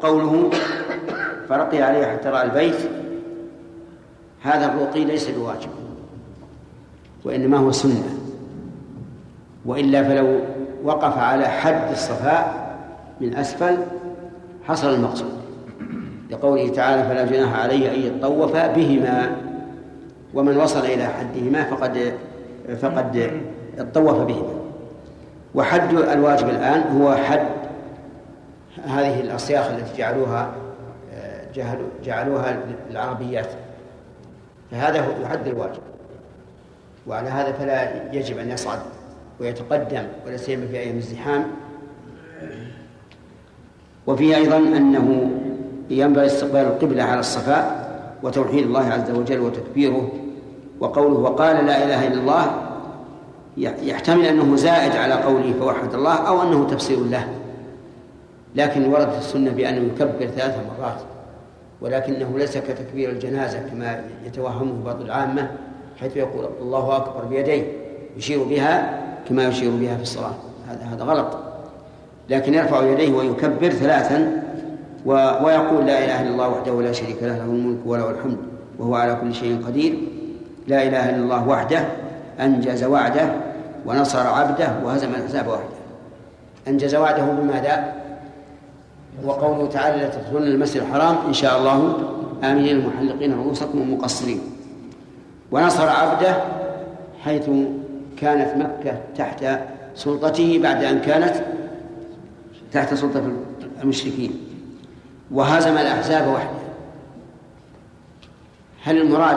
وقوله فرقي عليه حتى رأى البيت، هذا الرقي ليس بواجب وإنما هو سنة، وإلا فلو وقف على حد الصفاء من أسفل حصل المقصود، لقوله تعالى فلا جناح عليه أن يطوف بهما، ومن وصل إلى حدهما فقد اطوف بهما. وحد الواجب الآن هو حد هذه الأصياخ التي جعلوها العربيات، فهذا هو حد الواجب، وعلى هذا فلا يجب أن يصعد ويتقدم ولا سيما في أيام الزحام. وفيه أيضا أنه ينبغي استقبال القبلة على الصفاء وتوحيد الله عز وجل وتكبيره. وقوله وقال لا إله إلا الله يحتمل أنه زائد على قوله فوحد الله أو أنه تفسير له، لكن وردت السنة بأنه يكبر 3 مرات، ولكنه ليس كتكبير الجنازة كما يتوهمه بعض العامة، حيث يقول الله أكبر بيديه يشير بها كما يشير بها في الصلاة، هذا غلط، لكن يرفع يديه ويكبر 3 ويقول لا إله إلا الله وحده لا شريك له له الملك وله الحمد وهو على كل شيء قدير، لا إله إلا الله وحده أنجز وعده ونصر عبده وهزم الأحزاب وحده. أنجز وعده بماذا؟ وقوله تعالى لا تدخلون المسجد الحرام إن شاء الله آمنين محلقين رؤوسكم ومقصرين. ونصر عبده حيث كانت مكة تحت سلطته بعد أن كانت تحت سلطة المشركين. وهزم الأحزاب وحده. هل المراد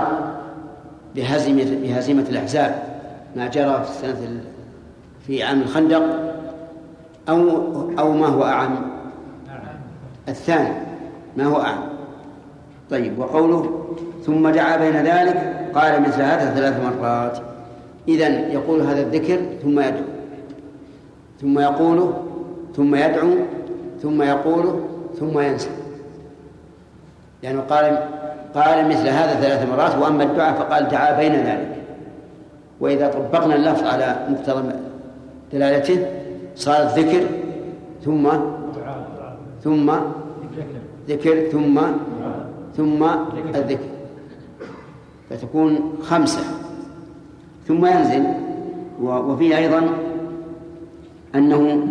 بهزيمة الأحزاب ما جرى في عام الخندق أو ما هو أعم؟ الثاني ما هو أعم. طيب. وقوله ثم دعا بين ذلك قال مثل هذا 3 مرات. إذن يقول هذا الذكر ثم يدعو، ثم يقوله ثم يدعو، ثم يقوله ثم ينسى، يعني قال مثل هذا 3 مرات. وأما الدعاء فقال دعا بين ذلك. وإذا طبقنا اللفظ على مقتضى دلالته صار الذكر ثم ذكر ثم الذكر، فتكون 5. ثم ينزل. وفيه أيضا أنه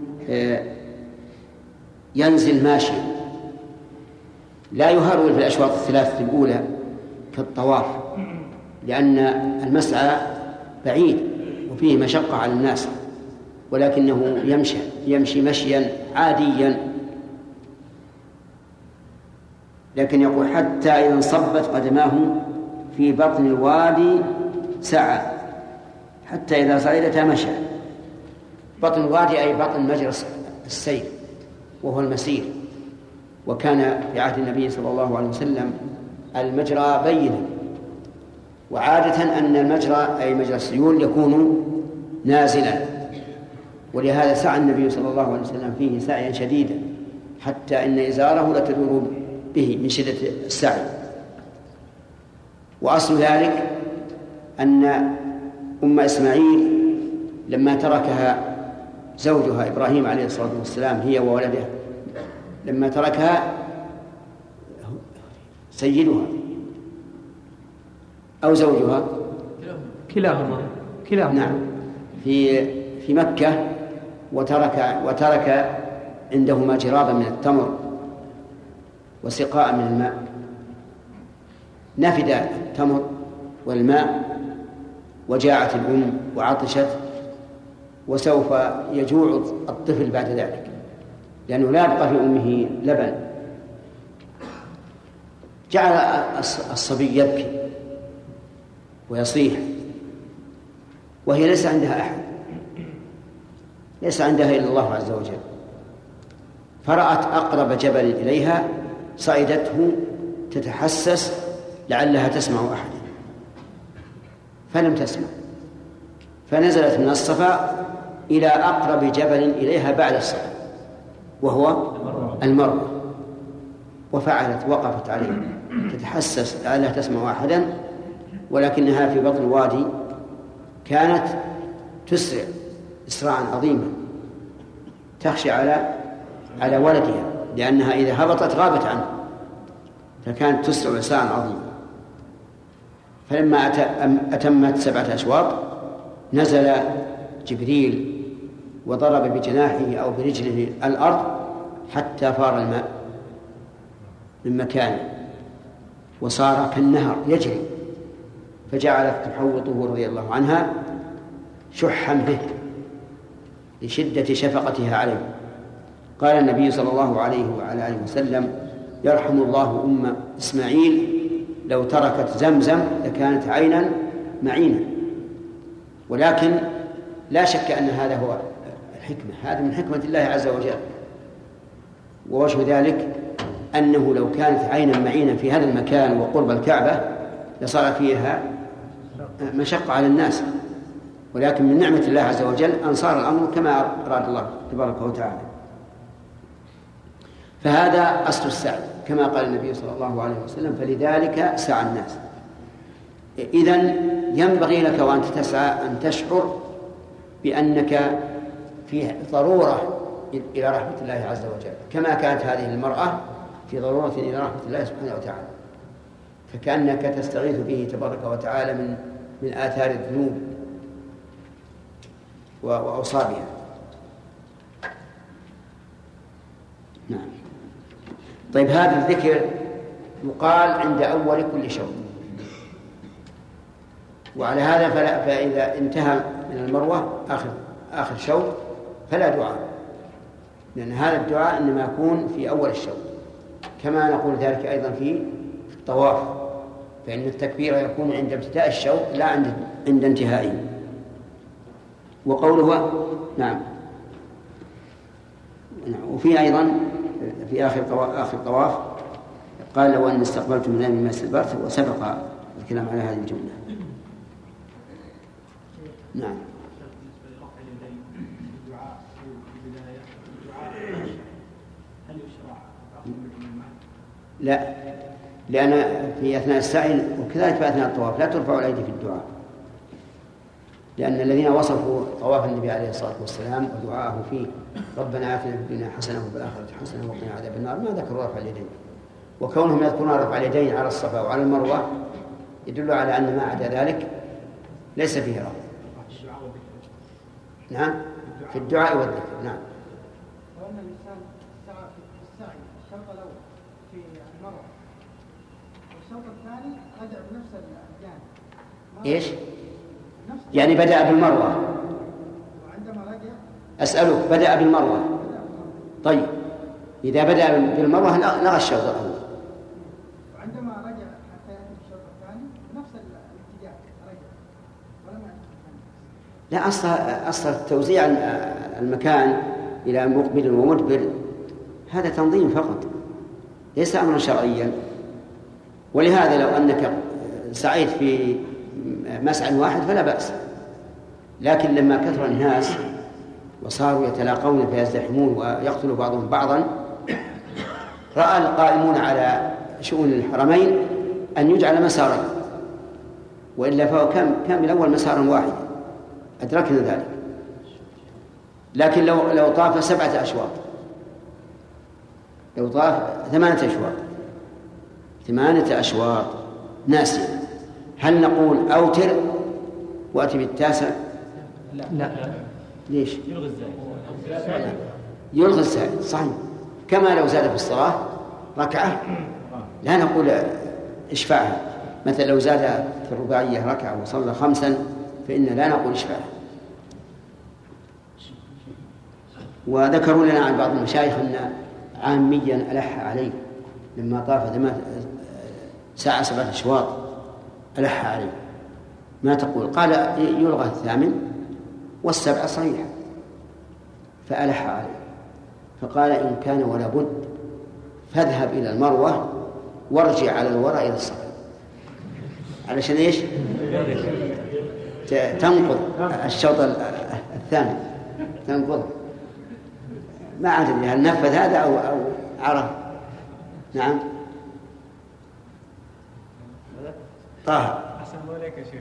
ينزل ماشيا، لا يهرول في الأشواط 3 الأولى كالطواف، لأن المسعى بعيد وفيه مشقة على الناس، ولكنه يمشي مشيا عاديا. لكن يقول حتى إذا انصبت قدماه في بطن الوادي سعى، حتى إذا صعدتها مشى. بطن الوادي أي بطن مجرى السير وهو المسير. وكان في عهد النبي صلى الله عليه وسلم المجرى بينا، وعادة أن المجرى أي مجرى السيول يكون نازلا، ولهذا سعى النبي صلى الله عليه وسلم فيه سعيا شديدا حتى إن إزاره لتدور به من شدة السعي. وأصل ذلك أن أم إسماعيل لما تركها زوجها إبراهيم عليه الصلاة والسلام هي وولده، لما تركها سيدها أو زوجها كلاهما نعم في مكة، وترك عندهما جرابا من التمر وسقاء من الماء، نفد التمر والماء وجاعت الأم وعطشت، وسوف يجوع الطفل بعد ذلك لأنه لا يبقى في أمه لبن. جعل الصبي يبكي ويصيح وهي ليس عندها أحد، ليس عندها إلا الله عز وجل. فرأت أقرب جبل إليها صعدته تتحسس لعلها تسمع أحدا، فلم تسمع، فنزلت من الصفا إلى أقرب جبل إليها بعد الصفا وهو المروة، وفعلت وقفت عليه تتحسس لعلها تسمع أحدا، ولكنها في بطن الوادي كانت تسرع إسراعا عظيما، تخشى على ولدها لأنها إذا هبطت غابت عنه، فكانت تسرع إسراعا عظيما. فلما أتمت 7 أشواط نزل جبريل وضرب بجناحه أو برجله الأرض حتى فار الماء من مكانه وصار كالنهر يجري، فجعلت تحوطه رضي الله عنها شحا به لشدة شفقتها عليه. قال النبي صلى الله عليه وعلى آله وسلم: يرحم الله أم إسماعيل لو تركت زمزم لكانت عينا معينا. ولكن لا شك أن هذا هو الحكمة، هذا من حكمة الله عز وجل. ووجه ذلك أنه لو كانت عينا معينا في هذا المكان وقرب الكعبة لصار فيها مشقة على الناس، ولكن من نعمة الله عز وجل أن صار الأمر كما أراد الله تبارك وتعالى. فهذا أصل السعي كما قال النبي صلى الله عليه وسلم: فلذلك سعى الناس. إذن ينبغي لك وأنت تسعى أن تشعر بأنك في ضرورة إلى رحمة الله عز وجل، كما كانت هذه المرأة في ضرورة إلى رحمة الله سبحانه وتعالى، فكأنك تستغيث به تبارك وتعالى من آثار الذنوب وأوصابها. نعم. طيب، هذا الذكر يقال عند أول كل شوط، وعلى هذا فإذا انتهى من المروة آخر شوط فلا دعاء، لأن هذا الدعاء إنما يكون في أول الشوط، كما نقول ذلك أيضا في الطواف، فإن التكبير يكون عند ابتداء الشوط لا عند انتهائه. وقوله نعم. وفي أيضا في آخر طواف قال: لو أن استقبلت من أمامي ما استدبرت، وسبق الكلام على هذه الجملة. نعم. لا، لأن في أثناء السعي وكذلك في أثناء الطواف لا ترفع الأيدي في الدعاء، لأن الذين وصفوا طواف النبي عليه الصلاة والسلام ودعاءه فيه: ربنا آتنا في الدنيا حسنة وفي الآخرة حسنة وقنا عذاب النار، ما ذكروا رفع اليدين. وكونهم يذكرون رفع اليدين على الصفا وعلى المروة يدل على أن ما عدا ذلك ليس فيه رفع. نعم، في الدعاء والذكر. نعم. وأن الإنسان سعى في السعي الشوط الأول في المروة، والشوط الثاني رجع بنفس الجانب. إيش؟ يعني بدأ بالمروة. وعندما رجع أسألك، بدأ بالمروة. طيب، إذا بدأ بالمروة لغى الشوط الأول. وعندما رجع حتى يأتي الشوط الثاني بنفس الاتجاه رجع ولم يأتي الثاني. لا، أصل توزيع المكان إلى مقبل ومدبر هذا تنظيم فقط، ليس أمرا شرعيا. ولهذا لو أنك سعيت في مسعى واحد فلا بأس، لكن لما كثر الناس وصاروا يتلاقون فيزدحمون ويقتل بعضهم بعضا، رأى القائمون على شؤون الحرمين أن يجعل مسارين، وإلا فهو كان من الأول مسارا واحدا، أدركنا ذلك. لكن لو طاف 7 أشواط، لو طاف 8 أشواط ناسيا، هل نقول أوتر وأتي بالتاسع؟ لا. ليش؟ يلغي الزائد، صحيح. كما لو زاد في الصلاة ركعة لا نقول اشفعها، مثل لو زاد في الرباعية ركعة وصلى 5 فإن لا نقول اشفعها. وذكروا لنا عن بعض المشايخ أن عاميا ألح عليه لما طاف ساعة 7 أشواط ألح عليه، ما تقول؟ قال: يلغى 8 و7 صحيحة، فألح عليه. فقال: إن كان ولا بد فاذهب إلى المروة وارجع على الوراء إلى الصفا. علشان إيش؟ تنقض الشوط الثاني، تنقض. ما أدري هل نفذ هذا أو عرف. نعم. طه. أحسن الله عليك يا شيخ.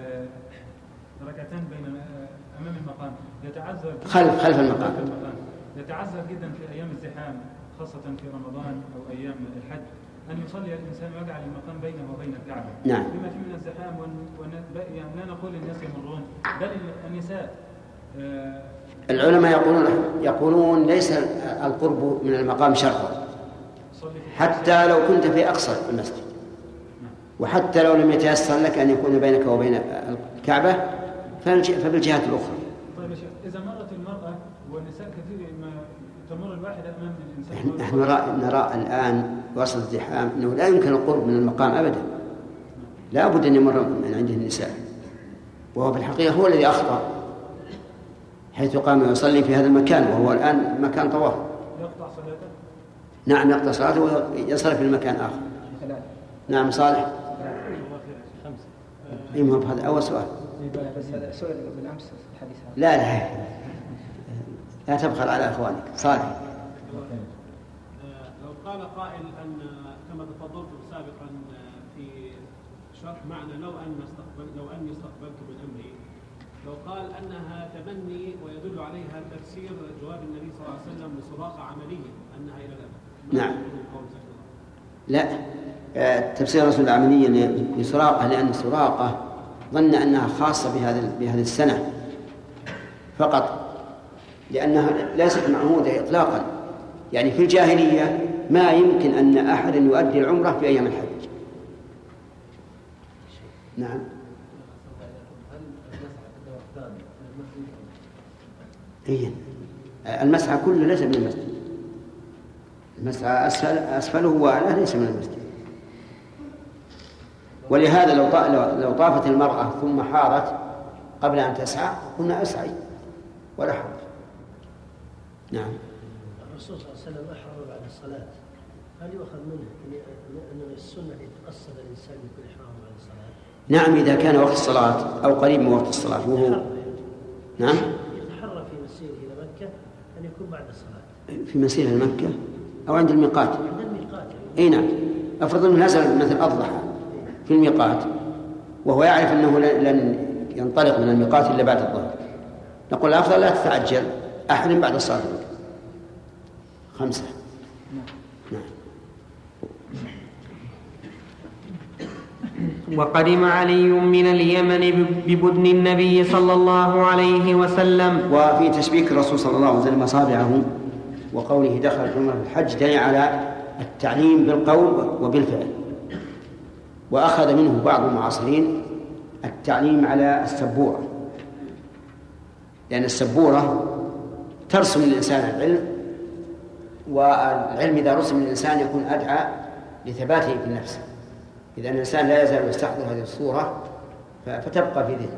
ركعتان بين أمام المقام يتعذر خلف المقام. يتعذر جدا في أيام الزحام خاصة في رمضان أو أيام الحج أن يصلي الإنسان ويجعل المقام بينه وبين الكعبة. نعم. بما فيه من الزحام يعني لا نقول الناس يمرون بل النساء. العلماء يقولون ليس القرب من المقام شرطا حتى لو كنت في أقصى المسجد، وحتى لو لم يتيسر لك أن يكون بينك وبين الكعبة فبالجهات الأخرى. طيب يا شيخ، إذا مرت المرأة والنساء كثير ما تمر الواحدة أمام الإنسان، نحن نرى الآن وسط الزحام أنه لا يمكن القرب من المقام أبدا، لا بد أن يمر من عنده النساء، وهو في الحقيقة هو الذي أخطأ حيث قام يصلي في هذا المكان وهو الآن مكان طواف. يقطع صلاته؟ نعم يقطع صلاته ويصرف في المكان آخر. نعم صالح. إيه هذا أول سؤال. بس هذا سؤال بالأمس الحديث. لا تبخل على أخوانك. صالح. لو قال قائل أن كما تفضلتم سابقا في شرح معنى لو أني استقبلت من أمري، لو قال أنها تمني ويدل عليها تفسير جواب النبي صلى الله عليه وسلم لسراقة عملية أنها إلى الأبد. نعم. لا، تفسير رسول العملية لسراقة لأن سراقة ظن أنها خاصة بهذه السنة فقط، لأنها ليست معهودة إطلاقا. يعني في الجاهلية ما يمكن أن أحد يؤدي العمرة في أيام الحج. نعم. إيه، المسعى كله ليس من المسجد، المسعى أسفله وأعلاه ليس من المسجد. ولهذا لو طافت المرأة ثم حارت قبل أن تسعى قلنا أسعي ولا حرج. نعم. الرسول صلى الله عليه وسلم أحرم بعد الصلاة، هل يؤخذ منه أن السنة يتقصد الإنسان يكون إحرامه بعد الصلاة؟ نعم، إذا كان وقت الصلاة أو قريب من وقت الصلاة وهو نعم يتحرى في مسيره إلى مكة أن يكون بعد الصلاة. في مسيره إلى مكة أو عند الميقات. عند الميقات. أي نعم. أفرض أنه نزل مثل أضحى في الميقات وهو يعرف أنه لن ينطلق من الميقات إلا بعد الظهر، نقول الأفضل لا تتعجل، أحرم بعد الصلاة 5. نعم. وقدم علي من اليمن ببدن النبي صلى الله عليه وسلم. وفي تشبيك الرسول صلى الله عليه وسلم أصابعه وقوله دخل في عمرة الحج دليل على التعليم بالقول وبالفعل. وأخذ منه بعض المعاصرين التعليم على السبورة، لأن السبورة ترسم للإنسان العلم، والعلم إذا رسم للإنسان يكون أدعى لثباته في النفس، إذا الإنسان لا يزال يستحضر هذه الصورة فتبقى في ذهنه.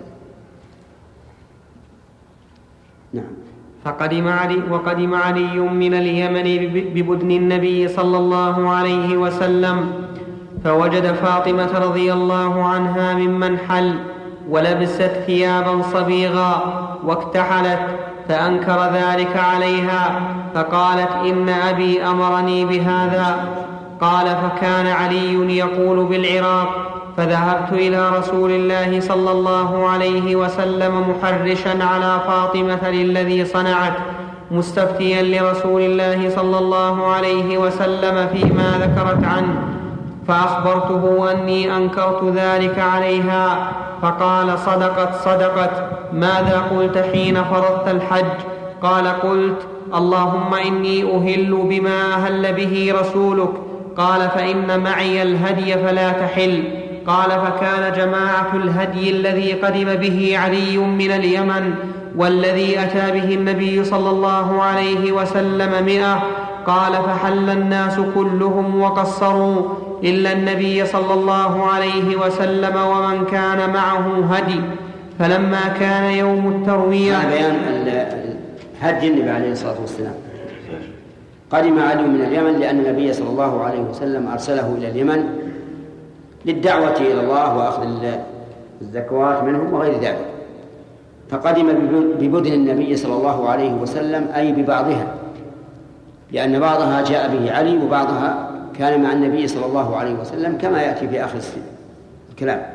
نعم. وقدم علي من اليمن ببدن النبي صلى الله عليه وسلم، فوجد فاطمة رضي الله عنها ممن حل ولبست ثيابا صبيغا واكتحلت، فأنكر ذلك عليها، فقالت إن أبي أمرني بهذا. قال فكان علي يقول بالعراق، فذهبت إلى رسول الله صلى الله عليه وسلم محرشا على فاطمة للذي صنعت، مستفتيا لرسول الله صلى الله عليه وسلم فيما ذكرت عنه، فأخبرته أني أنكرت ذلك عليها، فقال صدقت. ماذا قلت حين فرضت الحج؟ قال قلت اللهم إني أهل بما أهل به رسولك. قال فإن معي الهدي فلا تحل. قال فكان جماعة الهدي الذي قدم به علي من اليمن والذي أتى به النبي صلى الله عليه وسلم 100. قال فحل الناس كلهم وقصروا إلا النبي صلى الله عليه وسلم ومن كان معه هدي. فلما كان يوم التروية، بيان هدي النبي عليه الصلاة والسلام. قدم علي من اليمن لأن النبي صلى الله عليه وسلم أرسله إلى اليمن للدعوة إلى الله وأخذ الزكوات منهم وغير ذلك، فقدم ببدن النبي صلى الله عليه وسلم أي ببعضها، لأن بعضها جاء به علي وبعضها كان مع النبي صلى الله عليه وسلم كما يأتي في آخر الكلام.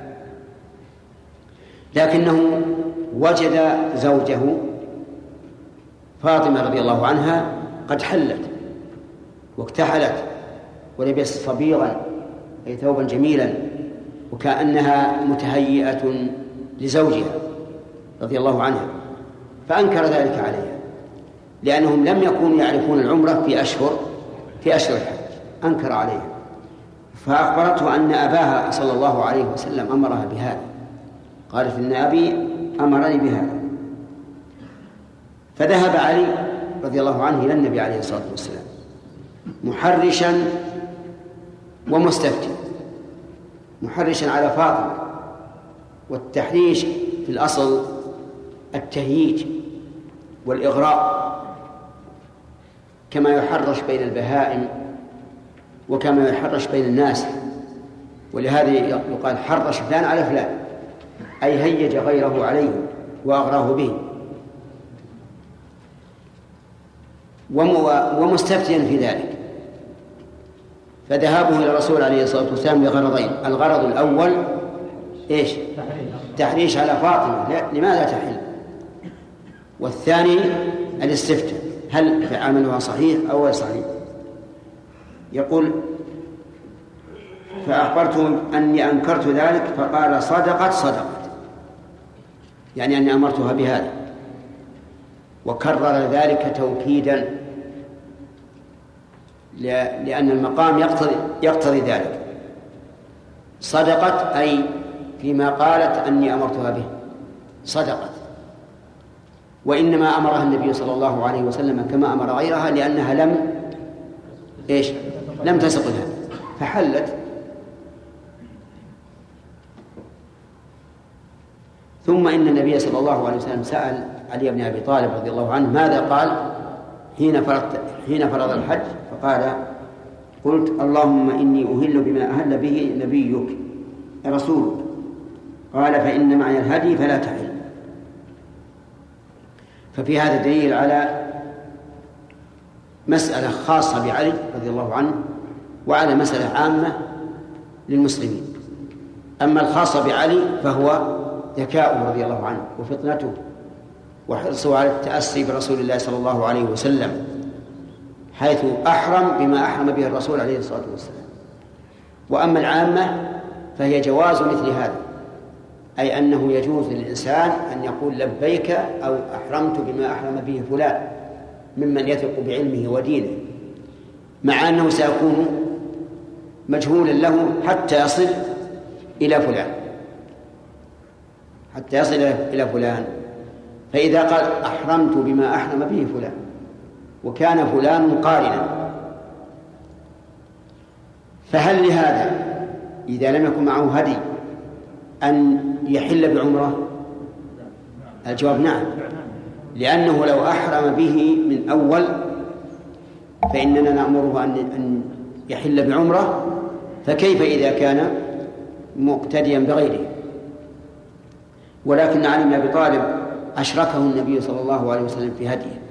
لكنه وجد زوجه فاطمة رضي الله عنها قد حلت واكتحلت ولبست صبيغا أي ثوبا جميلا وكأنها متهيئة لزوجها رضي الله عنها، فأنكر ذلك عليها لأنهم لم يكونوا يعرفون العمرة في أشهر الحج، أنكر عليها، فأخبرته أن أباها صلى الله عليه وسلم أمرها بهذا، قالت إن أبي أمرني بهذا. فذهب علي رضي الله عنه إلى النبي عليه الصلاة والسلام محرشا ومستفتي، محرشا على فاطمة، والتحريش في الأصل التهييج والإغراء كما يحرش بين البهائم وكما يحرش بين الناس، ولهذا يقال حرش فلان على فلان، أي هيج غيره عليه وأغراه به. ومستفتيا في ذلك، فذهابه إلى الرسول عليه الصلاة والسلام لغرضين: الغرض الأول إيش؟ تحريش على فاطمة، لماذا تحل؟ والثاني الاستفتاء، هل عملها صحيح أو غير صحيح؟ يقول: فأخبرته أني أنكرت ذلك، فقال: صدقت، يعني أني أمرتها بهذا، وكرر ذلك توكيدا لأن المقام يقتضي ذلك. صدقت أي فيما قالت أني أمرتها به، صدقت. وإنما أمرها النبي صلى الله عليه وسلم كما أمر غيرها لأنها لم تسق الهدي فحلت. ثم إن النبي صلى الله عليه وسلم سأل علي بن أبي طالب رضي الله عنه ماذا قال حين فرض الحج، فقال: قلت: اللهم إني أهل بما أهل به نبيك رسولك. قال: فإن معي الهدي فلا تحل. ففي هذا دليل على مسألة خاصة بعلي رضي الله عنه وعلى مسألة عامة للمسلمين. أما الخاصة بعلي فهو ذكاؤه رضي الله عنه وفطنته وحرصه على التأسي برسول الله صلى الله عليه وسلم، حيث أحرم بما أحرم به الرسول عليه الصلاة والسلام. وأما العامة فهي جواز مثل هذا، أي أنه يجوز للإنسان أن يقول لبيك أو أحرمت بما أحرم به فلان ممن يثق بعلمه ودينه، مع أنه سيكون مجهولا له حتى يصل إلى فلان. فإذا قال أحرمت بما أحرم به فلان وكان فلان قارنا، فهل لهذا إذا لم يكن معه هدي أن يحل بعمرة؟ الجواب نعم، لأنه لو أحرم به من أول فإننا نأمره أن يحل بعمرة، فكيف إذا كان مقتديا بغيره؟ ولكن علي بن أبي طالب أشركه النبي صلى الله عليه وسلم في هديه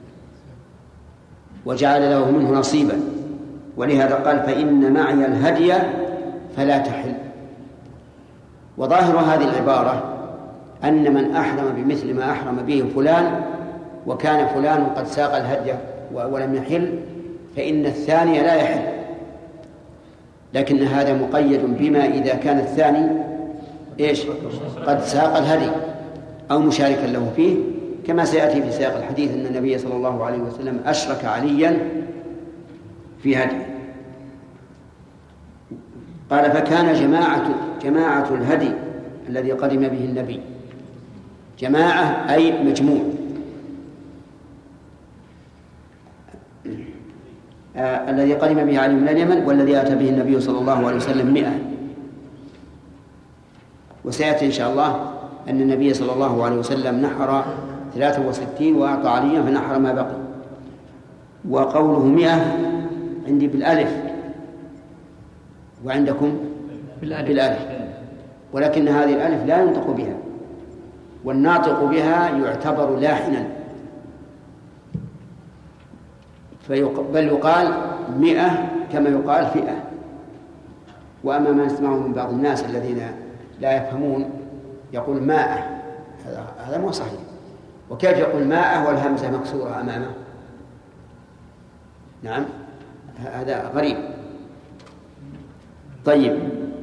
وجعل له منه نصيبا، ولهذا قال: فإن معي الهدي فلا تحل. وظاهر هذه العبارة أن من أحرم بمثل ما أحرم به فلان وكان فلان قد ساق الهدي ولم يحل فإن الثاني لا يحل، لكن هذا مقيد بما إذا كان الثاني قد ساق الهدي أو مشاركا له فيه، كما سيأتي في سياق الحديث أن النبي صلى الله عليه وسلم أشرك عليا في هدي. قال: فكان جماعة الهدي الذي قدم به النبي، جماعة أي مجموع، الذي قدم به علي من اليمن والذي أتى به النبي صلى الله عليه وسلم 100. وسيأتي إن شاء الله أن النبي صلى الله عليه وسلم نحر 63 وأعطى عليا فنحر ما بقي. وقوله 100 عندي بالألف وعندكم بالألف، ولكن هذه الألف لا ينطق بها، والناطق بها يعتبر لاحنا، بل يقال 100 كما يقال 100. وأما ما نسمعه من بعض الناس الذين لا يفهمون يقول 100، هذا مو صحيح، وكيف يقول ماءه والهمزة مكسورة أمامه؟ نعم، هذا غريب. طيب،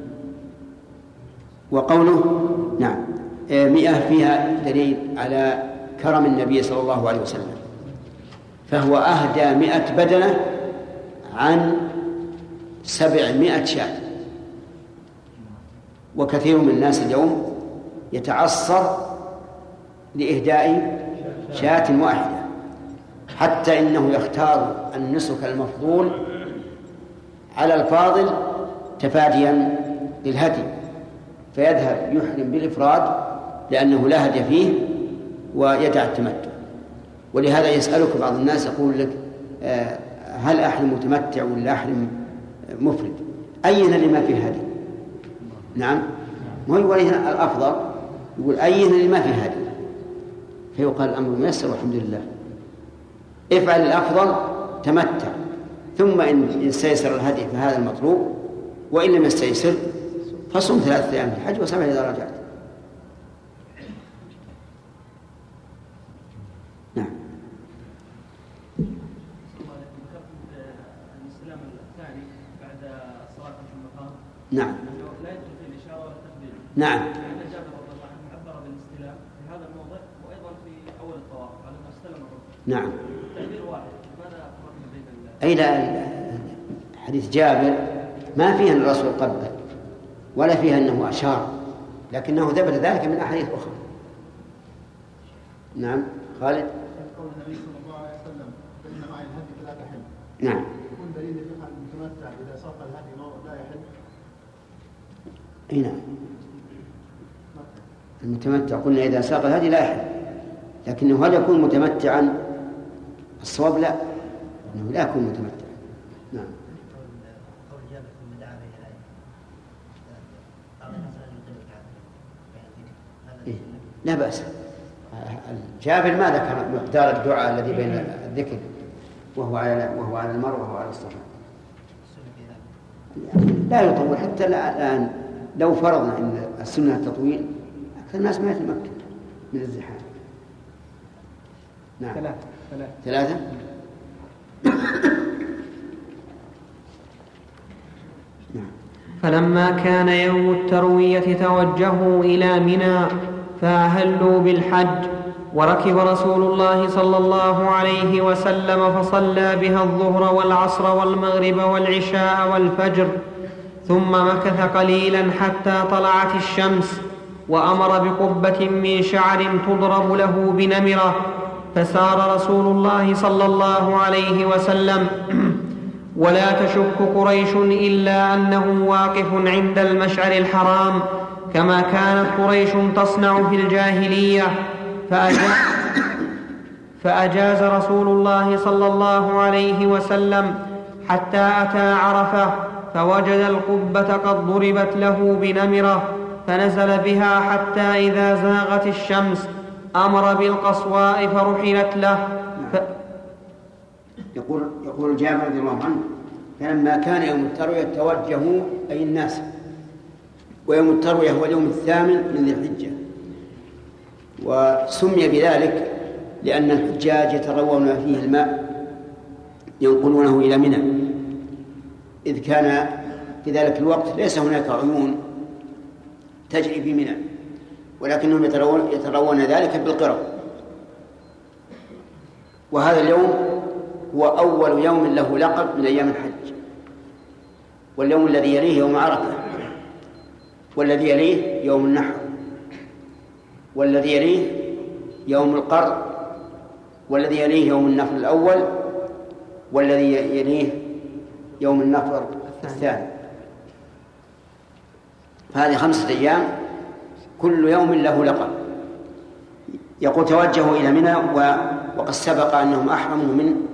وقوله نعم 100 فيها دليل على كرم النبي صلى الله عليه وسلم، فهو أهدى 100 بدنة عن 700 شاة. وكثير من الناس اليوم يتعصر لإهداء شاة واحدة، حتى إنه يختار النسك المفضول على الفاضل تفاديا للهدي، فيذهب يحرم بالإفراد لأنه لا هدي فيه ويدع التمتع. ولهذا يسألك بعض الناس يقول لك هل أحرم متمتع ولا أحرم مفرد؟ أين اللي ما فيه هدي؟ نعم، وهو الأفضل يقول أين اللي ما فيه هدي، فيقال الأمر ميسر والحمد لله. افعل الأفضل، تمتع، ثم إن استيسر الهدي فهذا المطلوب، وإن لم يستيسر فصم 3 أيام في الحج و7 إذا رجعت. نعم. الاستلام الثاني بعد الصلاة في المقام. نعم. لا يدخل فيه الإشارة ولا التقدير. نعم. لأن جابر رضي الله عنه عبر بالاستلام في هذا الموضع وأيضا في أول الطواف على ما استلم الركن. نعم. التقدير واحد، ماذا فرقنا بين أي لا، حديث جابر ما فيه أن الرسول قبل ولا فيه أنه أشار، لكنه ثبت ذلك من أحاديث أخرى. نعم. خالد. قول النبي صلى الله عليه وسلم فإن معي الهدي فلا تحل. نعم. يكون دليل في حال المتمتع إذا ساق الهدي لا يحل. أي نعم. المتمتع قلنا إذا ساق الهدي لا يحل، لكنه هل يكون متمتعا؟ الصواب لا، أنه لا يكون متمتعا. نعم. قول جابر في المدعاة بين الآية لا بأس. جابر ما ذكر مقدار الدعاء الذي بين الذكر وهو على المروة وهو على الصفا. لا يطول حتى الآن. لو فرضنا أن السنة التطويل أكثر الناس ما يتمكن من الزحام. نعم. 3. نعم. فلما كان يوم التروية توجهوا إلى منى فأهلوا بالحج، وركب رسول الله صلى الله عليه وسلم فصلى بها الظهر والعصر والمغرب والعشاء والفجر، ثم مكث قليلا حتى طلعت الشمس، وأمر بقبة من شعر تضرب له بنمرة، فسار رسول الله صلى الله عليه وسلم ولا تشك قريش إلا أنه واقف عند المشعر الحرام كما كانت قريش تصنع في الجاهلية. فأجاز رسول الله صلى الله عليه وسلم حتى أتى عرفة فوجد القبة قد ضربت له بنمرة، فنزل بها حتى إذا زاغت الشمس أمر بالقصواء فرحلت له. يقول جابر رضي الله عنه فلما كان يوم التروية توجهوا أي الناس، ويوم التروية هو اليوم 8 من ذي الحجة، وسمي بذلك لأن الحجاج يتروون فيه الماء ينقلونه إلى منى، إذ كان في ذلك الوقت ليس هناك عيون تجري في منى، ولكنهم يتروون ذلك بالقرب. وهذا اليوم هو أول يوم له لقب من أيام الحج، واليوم الذي يليه يوم عرفة، والذي يليه يوم النحر، والذي يليه يوم القر، والذي يليه يوم النفر الأول، والذي يليه يوم النفر الثاني. فهذه 5 أيام كل يوم له لقب. يقول توجهوا إلى منى، وقد سبق أنهم أحرموا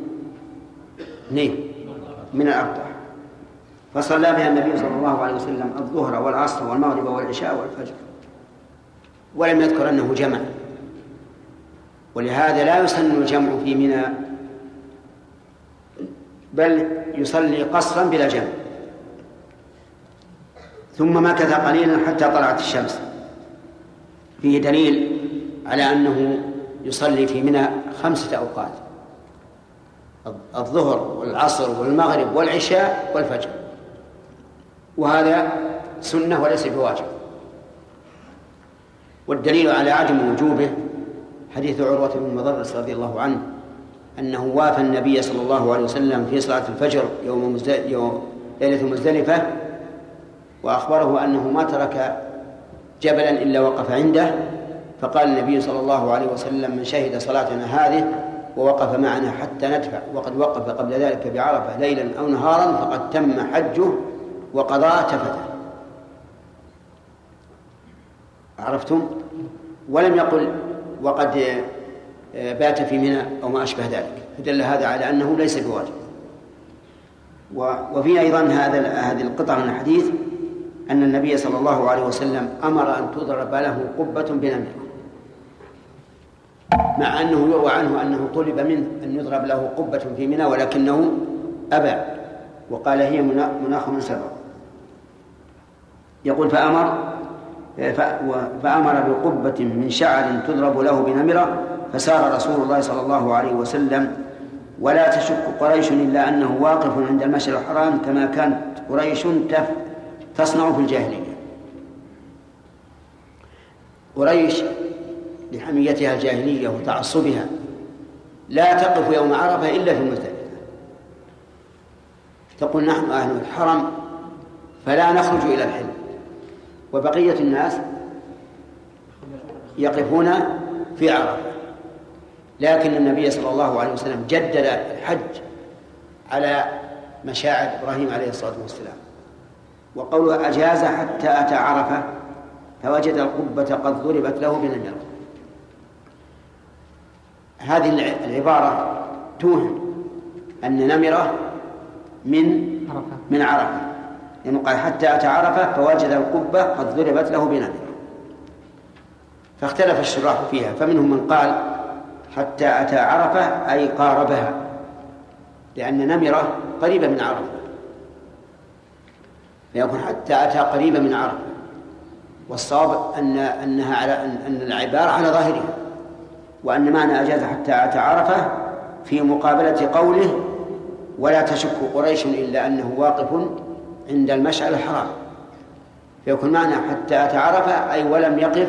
من الأربع، فصلى بها النبي صلى الله عليه وسلم الظهر والعصر والمغرب والعشاء والفجر، ولم يذكر أنه جمع، ولهذا لا يسن الجمع في منى، بل يصلي قصرا بلا جمع. ثم مكث قليلا حتى طلعت الشمس، فيه دليل على أنه يصلي في منى 5 أوقات: الظهر والعصر والمغرب والعشاء والفجر، وهذا سنة وليس بواجب. والدليل على عدم وجوبه حديث عروة بن مضرس رضي الله عنه أنه وافى النبي صلى الله عليه وسلم في صلاة الفجر يوم ليلة مزدلفة، وأخبره أنه ما ترك جبلا إلا وقف عنده، فقال النبي صلى الله عليه وسلم: من شهد صلاتنا هذه ووقف معنا حتى ندفع وقد وقف قبل ذلك بعرفة ليلا أو نهارا فقد تم حجه وقضى تفته. عرفتم؟ ولم يقل وقد بات في منى أو ما أشبه ذلك، فدل هذا على أنه ليس بواجب. وفي أيضا هذه القطعة من الحديث أن النبي صلى الله عليه وسلم أمر أن تضرب له قبة بنمرة، مع أنه يروى عنه أنه طلب منه أن يضرب له قبة في منى ولكنه أبى وقال: هي مناخ من سبق. يقول: فأمر بقبة من شعر تضرب له بنمرة، فسار رسول الله صلى الله عليه وسلم ولا تشك قريش إلا أنه واقف عند المشعر الحرام كما كانت قريش تصنع في الجاهلية. قريش لحميتها الجاهلية وتعصبها لا تقف يوم عرفة إلا في المزدلفة، تقول: نحن أهل الحرم فلا نخرج إلى الحل، وبقية الناس يقفون في عرفة. لكن النبي صلى الله عليه وسلم جدد الحج على مشاعر إبراهيم عليه الصلاة والسلام، وقوله أجاز حتى أتى عرفة فوجد القبة قد ضربت له بنمرة. هذه العبارة توهم أن نمرة من عرفة، لأنه قال حتى أتى عرفة فوجد القبة قد ضربت له بنمرة، فاختلف الشراح فيها، فمنهم من قال حتى أتى عرفة أي قاربها، لأن نمرة قريبة من عرفة، فيكون حتى أتى قريبة من عرفة. والصواب أنها على أن العبارة على ظاهرها، وأن معنى أجاز حتى أتى عرفة في مقابلة قوله ولا تشك قريش إلا أنه واقف عند المشعر الحرام، فيكون معنى حتى أتى عرفة أي ولم يقف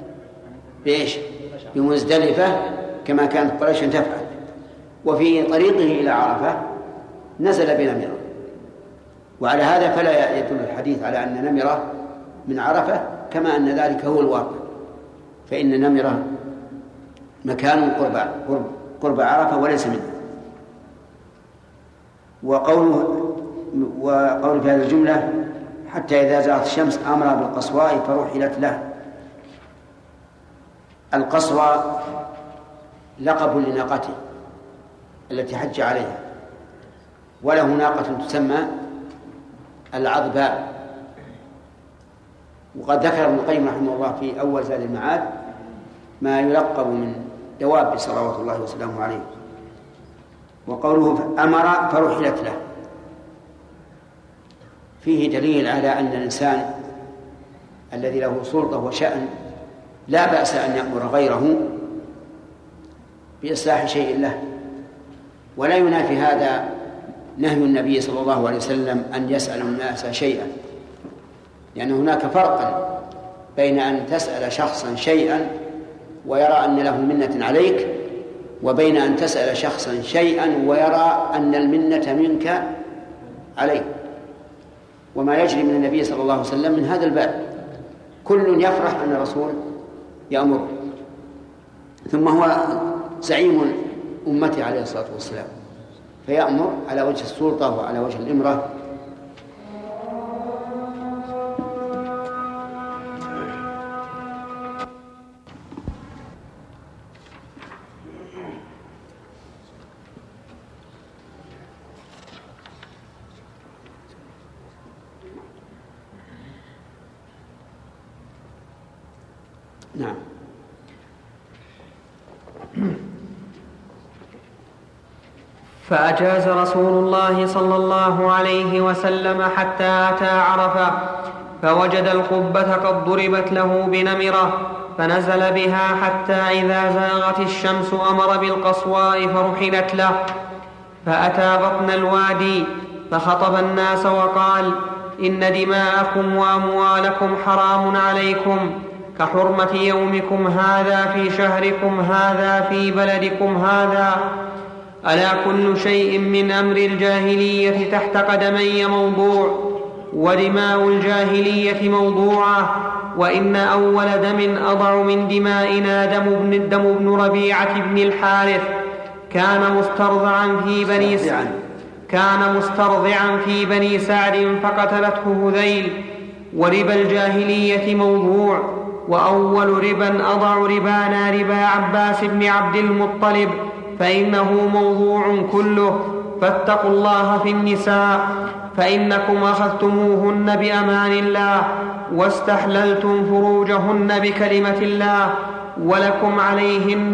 بمزدلفة كما كانت قريش تفعل. وفي طريقه إلى عرفة نزل بنمرة، وعلى هذا فلا يدل الحديث على أن نمرة من عرفة، كما أن ذلك هو الواقع، فإن نمرة مكان قرب عرفة وليس منه. وقوله في هذه الجملة حتى إذا زالت الشمس أمر بالقصواء فرحلت له. القصوى لقب لناقته التي حج عليها، وله ناقة تسمى العضباء. وقد ذكر ابن القيم رحمه الله في أول زاد المعاد ما يلقب من دواب صلوات الله وسلامه عليه. وقوله أمر فرحلت له فيه دليل على أن الإنسان الذي له سلطة وشأن لا بأس أن يأمر غيره بإصلاح شيء له، ولا ينافي هذا نهي النبي صلى الله عليه وسلم أن يسأل الناس شيئا، لأن هناك فرقا بين أن تسأل شخصا شيئا ويرى أن له منة عليك، وبين أن تسأل شخصا شيئا ويرى أن المنة منك عليه. وما يجري من النبي صلى الله عليه وسلم من هذا الباب، كل يفرح أن الرسول يأمر، ثم هو زعيم أمته عليه الصلاة والسلام، فيأمر على وجه السلطة وعلى وجه الإمرة. نعم. فأجاز رسول الله صلى الله عليه وسلم حتى أتى عرفة فوجد القبة قد ضربت له بنمرة، فنزل بها حتى إذا زاغت الشمس أمر بالقصواء فرحلت له، فأتى بطن الوادي فخطب الناس وقال: إن دماءكم وأموالكم حرام عليكم كحرمة يومكم هذا في شهركم هذا في بلدكم هذا. ألا كل شيء من أمر الجاهلية تحت قدمي موضوع، ودماء الجاهلية موضوعة، وإن أول دم أضع من دمائنا دم بن ربيعة بن الحارث كان مسترضعا في بني سعد فقتلته هذيل. وربا الجاهلية موضوع، وأول ربا أضع ربانا ربا عباس بن عبد المطلب فإنه موضوع كله. فاتقوا الله في النساء فإنكم أخذتموهن بأمان الله واستحللتم فروجهن بكلمة الله، ولكم عليهن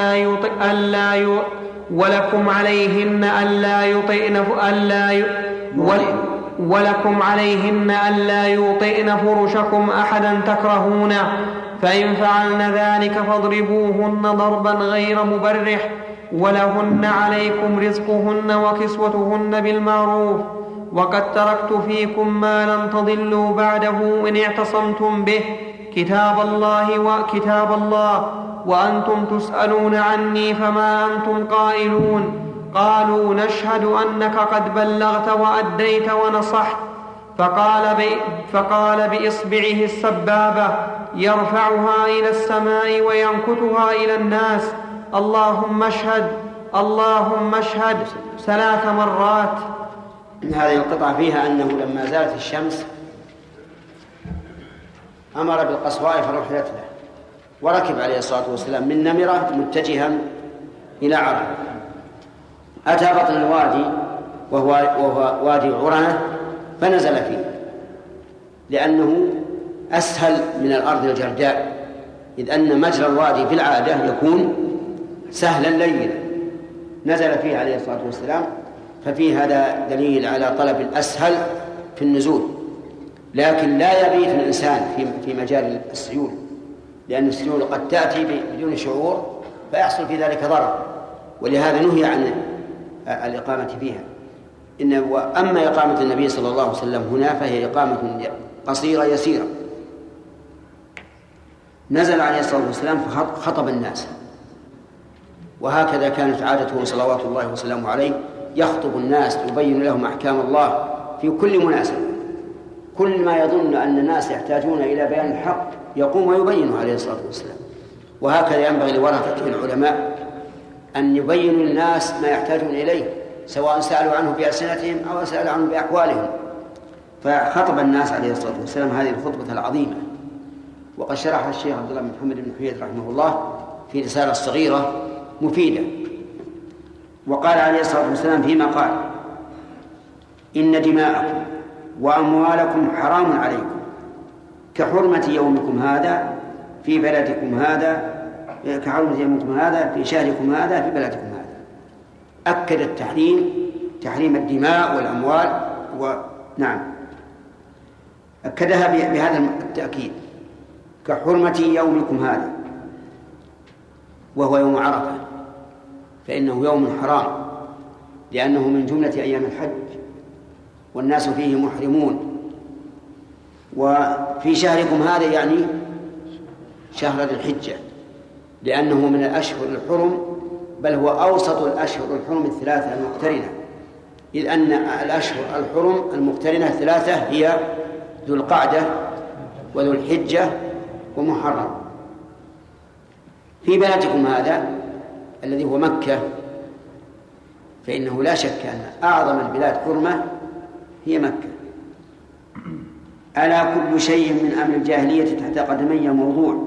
ألا يطئن فرشكم أحدا تكرهونه، فإن فعلن ذلك فاضربوهن ضربا غير مبرح، ولهن عليكم رزقهن وكسوتهن بالمعروف. وقد تركت فيكم ما لن تضلوا بعده إن اعتصمتم به، كتاب الله وأنتم تسألون عني فما أنتم قائلون. قالوا: نشهد أنك قد بلغت وأديت ونصحت. فقال بإصبعه السبابة يرفعها إلى السماء وينكتها إلى الناس: اللهم اشهد 3 مرات. هذه القطعة فيها أنه لما زالت الشمس أمر بالقصواء فرحلت له، وركب عليه الصلاة والسلام من نمرة متجها إلى عرب. أتى بطن الوادي وهو وادي عرنة فنزل فيه، لأنه أسهل من الأرض الجرداء، إذ أن مجرى الوادي في العادة يكون سهلا لينا، نزل فيه عليه الصلاة والسلام. ففي هذا دليل على طلب الأسهل في النزول، لكن لا يبيت الإنسان في مجال السيول، لأن السيول قد تأتي بدون شعور فيحصل في ذلك ضرر، ولهذا نهي عن الإقامة فيها. أما إقامة النبي صلى الله عليه وسلم هنا فهي إقامة قصيرة يسيرة. نزل عليه الصلاة والسلام فخطب الناس، وهكذا كانت عادته صلوات الله وسلامه عليه، يخطب الناس يبين لهم أحكام الله في كل مناسبة. كل ما يظن أن الناس يحتاجون إلى بيان الحق يقوم ويبينه عليه الصلاة والسلام. وهكذا ينبغي لورثة العلماء أن يبينوا للناس ما يحتاجون إليه، سواء سألوا عنه بألسنتهم أو سألوا عنه بأقوالهم. فخطب الناس عليه الصلاة والسلام هذه الخطبة العظيمة، وقد شرحها الشيخ عبد الله بن محمد بن حييد رحمه الله في رسالة صغيرة مفيدة. وقال عليه الصلاة والسلام فيما قال: إن دماءكم وأموالكم حرام عليكم كحرمة يومكم هذا في بلدكم هذا، كحرمة يومكم هذا في شهركم هذا في بلدكم هذا. أكد تحريم الدماء والأموال، ونعم أكدها بهذا التأكيد: كحرمة يومكم هذا، وهو يوم عرفة، فإنه يوم حرام لأنه من جملة أيام الحج والناس فيه محرمون. وفي شهركم هذا يعني شهر ذي الحجة، لأنه من الأشهر الحرم، بل هو أوسط الأشهر الحرم الثلاثة المقترنة، إذ أن الأشهر الحرم المقترنة 3 هي ذو القعدة وذو الحجة ومحرم. في بلدكم هذا الذي هو مكة، فإنه لا شك أن أعظم البلاد حرمة هي مكة. ألا كل شيء من أمر الجاهلية تحت قدمي موضوع،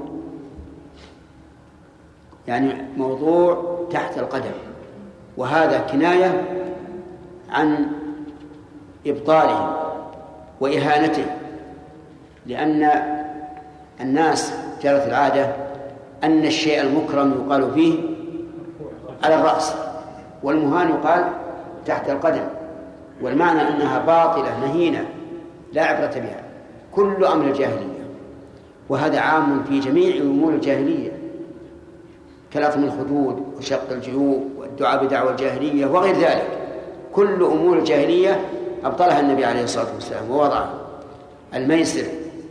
يعني موضوع تحت القدم، وهذا كناية عن إبطاله وإهانته، لأن الناس جرت العادة أن الشيء المكرم يقال فيه على الرأس، والمهان يقال تحت القدم، والمعنى أنها باطلة مهينة لا عبرة بها، كل أمر الجاهلية. وهذا عام في جميع أمور الجاهلية كلطم الخدود وشق الجيوب والدعاء بدعوى الجاهلية وغير ذلك. كل أمور الجاهلية أبطلها النبي عليه الصلاة والسلام ووضعها. الميسر،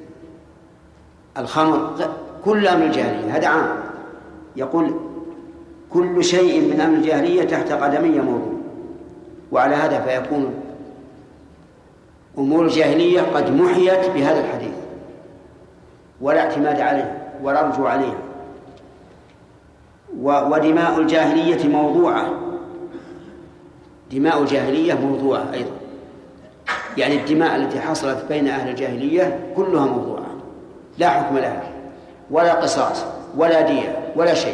الخمر، كل أمر الجاهلية هذا عام. يقول كل شيء من أمر الجاهلية تحت قدمي موضوع. وعلى هذا فيكون أمور الجاهلية قد محيت بهذا الحديث ولا اعتماد عليها ولا رجوع عليها. ودماء الجاهلية موضوعة، دماء الجاهلية موضوعة أيضا، يعني الدماء التي حصلت بين أهل الجاهلية كلها موضوعة لا حكم لها ولا قصاص ولا دية ولا شيء.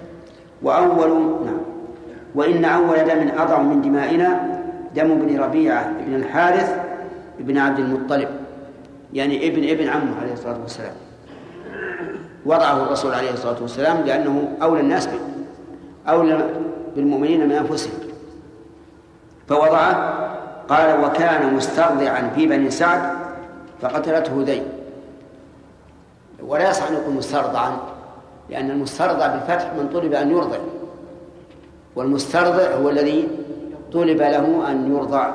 وإن أول دم أضع من دمائنا دم ابن ربيعة ابن الحارث ابن عبد المطلب، يعني ابن عمه عليه الصلاة والسلام. وضعه الرسول عليه الصلاة والسلام لأنه أولى الناس أولى بالمؤمنين من أنفسهم، فوضعه. قال وكان مسترضعا في بني سعد فقتلته ذيل. ولا يصح أن يكون مسترضعا، لأن المسترضع بالفتح من طلب أن يرضع، والمسترضع هو الذي طلب له أن يرضع.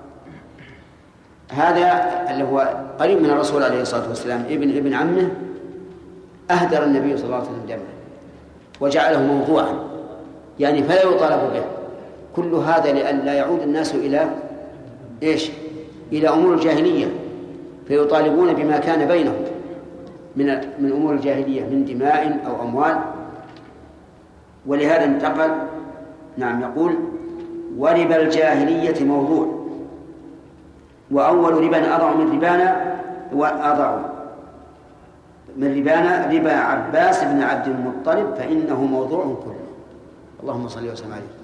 هذا اللي هو قريب من الرسول عليه الصلاة والسلام ابن عمه أهدر النبي صلى الله عليه وسلم دمه وجعله موضوعا، يعني فلا يطالب به. كل هذا لئلا يعود الناس إلى إلى أمور الجاهلية فيطالبون بما كان بينهم من أمور الجاهلية من دماء أو أموال. ولهذا انتقل يقول وربا الجاهلية موضوع. وأول ربا أضع من ربانا ربا عباس بن عبد المطلب فإنه موضوع كله. اللهم صل وسلم عليه.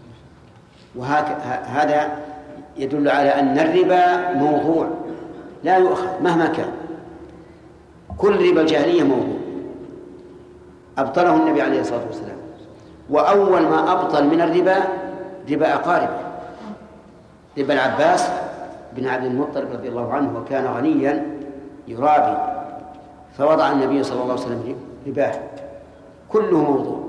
وهذا يدل على أن الربا موضوع لا يؤخذ مهما كان. كل ربا الجاهلية موضوع أبطله النبي عليه الصلاة والسلام. وأول ما أبطل من الربا ربا أقاربه، ربا العباس بن عبد المطلب رضي الله عنه، وكان غنيا يرابي، فوضع النبي صلى الله عليه وسلم رباه كله موضوع.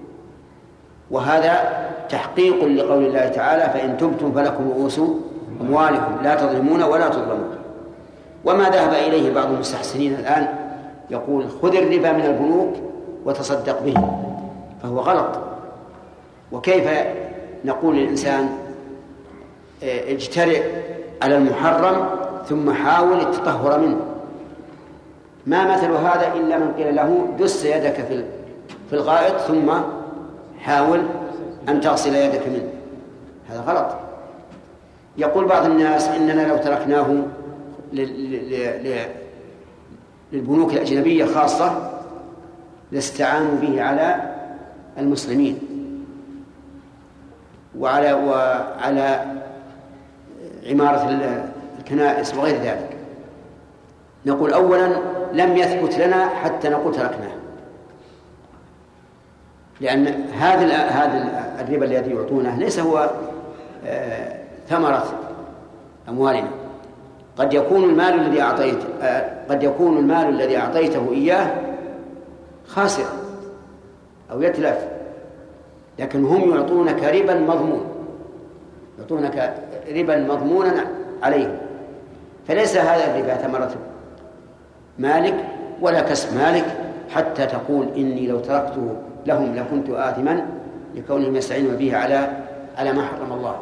وهذا تحقيق لقول الله تعالى فإن تبتم فلكم رؤوس أموالكم لا تظلمون ولا تظلمون. وما ذهب إليه بعض المستحسنين الآن يقول خذ الربا من البنوك وتصدق به، فهو غلط. وكيف نقول للإنسان اجترئ على المحرم ثم حاول التطهر منه؟ ما مثل هذا إلا من قيل له دس يدك في الغائط ثم حاول أن تغسل يدك منه. هذا غلط. يقول بعض الناس إننا لو تركناه للبنوك الأجنبية خاصة لاستعانوا به على المسلمين وعلى عمارة الكنائس وغير ذلك. نقول أولا لم يثبت لنا حتى نقول تركناه، لأن هذا الربا الذي يعطونه ليس هو ثمرة أموالنا. قد يكون المال الذي أعطيته إياه خاسر أو يتلف، لكن هم يعطونك ربا مضمونا عليه. فليس هذا الربا ثمرة مالك ولا كسب مالك حتى تقول إني لو تركته لهم لكنت آثما لكونهم يستعينون به على ما حرم الله.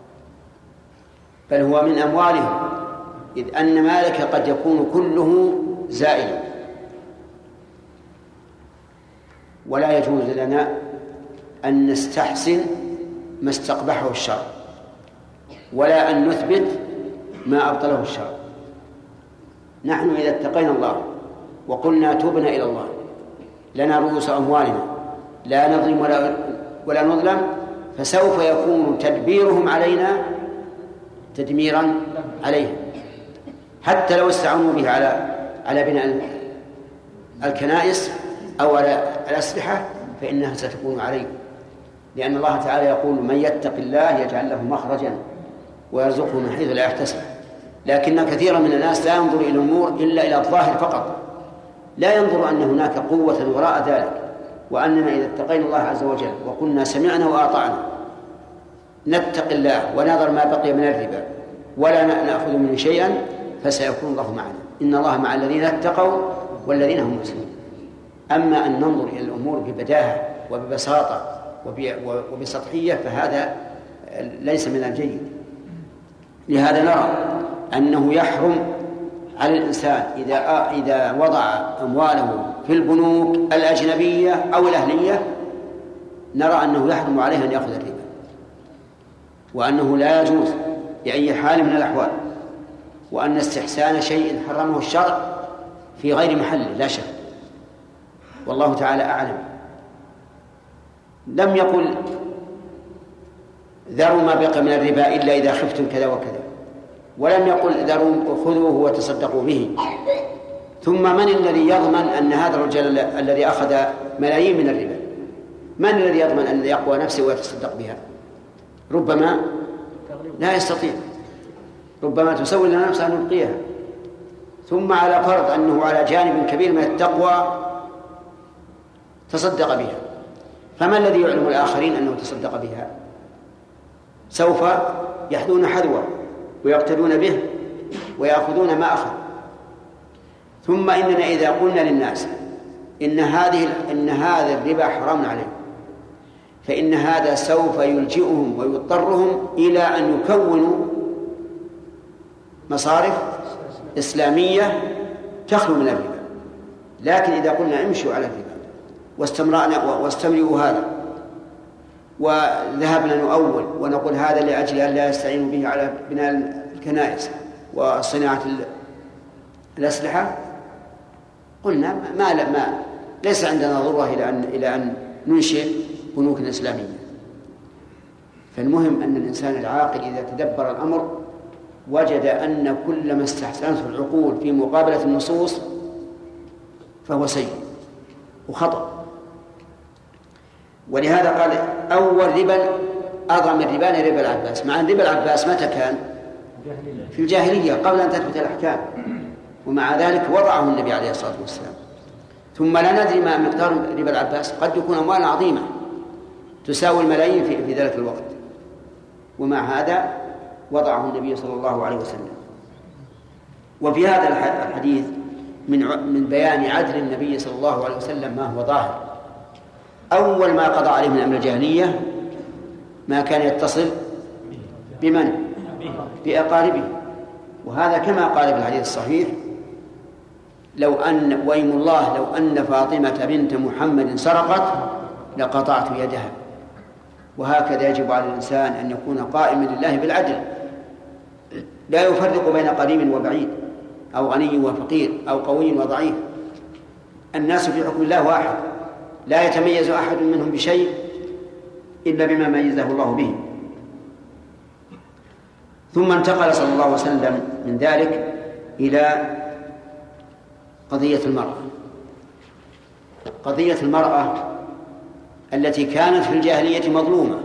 بل هو من أموالهم، إذ أن مالك قد يكون كله زائلا. ولا يجوز لنا أن نستحسن ما استقبحه الشرع ولا أن نثبت ما أبطله الشرع. نحن إذا اتقينا الله وقلنا تبنا إلى الله لنا رؤوس أموالنا لا نظلم ولا نظلم، فسوف يكون تدبيرهم علينا تدميرا عليهم. حتى لو استعانوا به على بناء الكنائس أو على الأسلحة فإنها ستكون عليه، لأن الله تعالى يقول من يتق الله يجعل له مخرجا ويرزقه من حيث لا يحتسب. لكن كثيرا من الناس لا ينظر إلى الأمور إلا إلى الظاهر فقط، لا ينظر أن هناك قوة وراء ذلك، وأننا إذا اتقينا الله عز وجل وقلنا سمعنا وأطعنا نتقي الله ونظر ما بقي من الربا ولا نأخذ منه شيئا فسيكون الله معنا. إن الله مع الذين اتقوا والذين هم محسنون. أما أن ننظر إلى الأمور ببداهة وببساطة وبسطحية فهذا ليس من الجيد. لهذا نرى أنه يحرم على الإنسان إذا وضع أمواله في البنوك الأجنبية أو الأهلية، نرى أنه يحرم عليه أن يأخذ الربا، وأنه لا يجوز بأي حال من الأحوال، وأن استحسان شيء حرمه الشرع في غير محله لا شك، والله تعالى أعلم. لم يقل ذروا ما بقي من الربا إلا إذا خفتم كذا وكذا، ولم يقل ذروا خذوه وتصدقوا به. ثم من الذي يضمن أن هذا الرجل الذي أخذ ملايين من الربا من الذي يضمن أن يقوى نفسه ويتصدق بها؟ ربما لا يستطيع، ربما تسول لنا نفسه أن نبقيها. ثم على فرض أنه على جانب كبير من التقوى تصدق بها، فما الذي يعلم الآخرين أنه تصدق بها؟ سوف يحذون حذوه ويقتدون به ويأخذون ما أخذ. ثم إننا إذا قلنا للناس إن هذا الربا حرام عليه، فإن هذا سوف يلجئهم ويضطرهم إلى أن يكونوا مصارف إسلامية تخلو من الربا. لكن إذا قلنا امشوا على الربا واستمرئوا هذا وذهبنا نؤول ونقول هذا لأجل أن لا يستعينوا به على بناء الكنائس وصناعة الأسلحة، قلنا ما ليس عندنا ضرورة إلى أن ننشئ بنوك إسلامية. فالمهم أن الإنسان العاقل إذا تدبر الأمر وجد أن كل ما استحسنته العقول في مقابلة النصوص فهو سيء وخطأ. ولهذا قال أول ربا أعظم الربا ربا العباس، مع أن ربا العباس متى كان؟ في الجاهلية قبل أن تثبت الأحكام، ومع ذلك وضعه النبي عليه الصلاة والسلام. ثم لا ندري ما مقدار ربا العباس، قد يكون أموالا عظيمة تساوي الملايين في ذلك الوقت، ومع هذا وضعه النبي صلى الله عليه وسلم. وفي هذا الحديث من بيان عدل النبي صلى الله عليه وسلم ما هو ظاهر. أول ما قضى عليه من أمر الجاهلية ما كان يتصل بمن؟ بأقاربه. وهذا كما قال في الحديث الصحيح وإيم الله لو أن فاطمة بنت محمد سرقت لقطعت يدها. وهكذا يجب على الإنسان أن يكون قائما لله بالعدل، لا يفرق بين قريب وبعيد أو غني وفقير أو قوي وضعيف. الناس في حكم الله واحد، لا يتميز أحد منهم بشيء إلا بما ميزه الله به. ثم انتقل صلى الله عليه وسلم من ذلك إلى قضية المرأة. قضية المرأة التي كانت في الجاهلية مظلومة،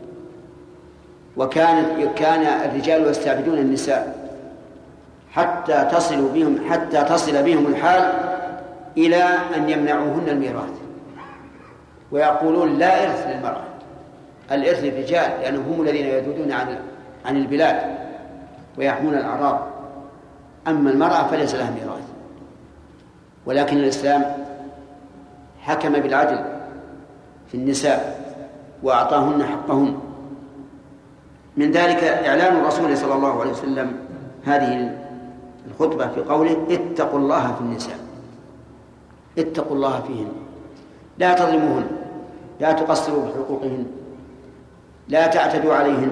كان الرجال يستعبدون النساء حتى تصل بهم الحال إلى أن يمنعوهن الميراث، ويقولون لا إرث للمرأة، الإرث للرجال، لأنهم هم الذين يذودون عن البلاد ويحمون الأعراض، أما المرأة فليس لها ميراث. ولكن الإسلام حكم بالعدل في النساء وأعطاهن حقهن. من ذلك إعلان الرسول صلى الله عليه وسلم هذه الخطبة في قوله اتقوا الله في النساء، اتقوا الله فيهن، لا تظلموهن، لا تقصروا بحقوقهن، لا تعتدوا عليهن،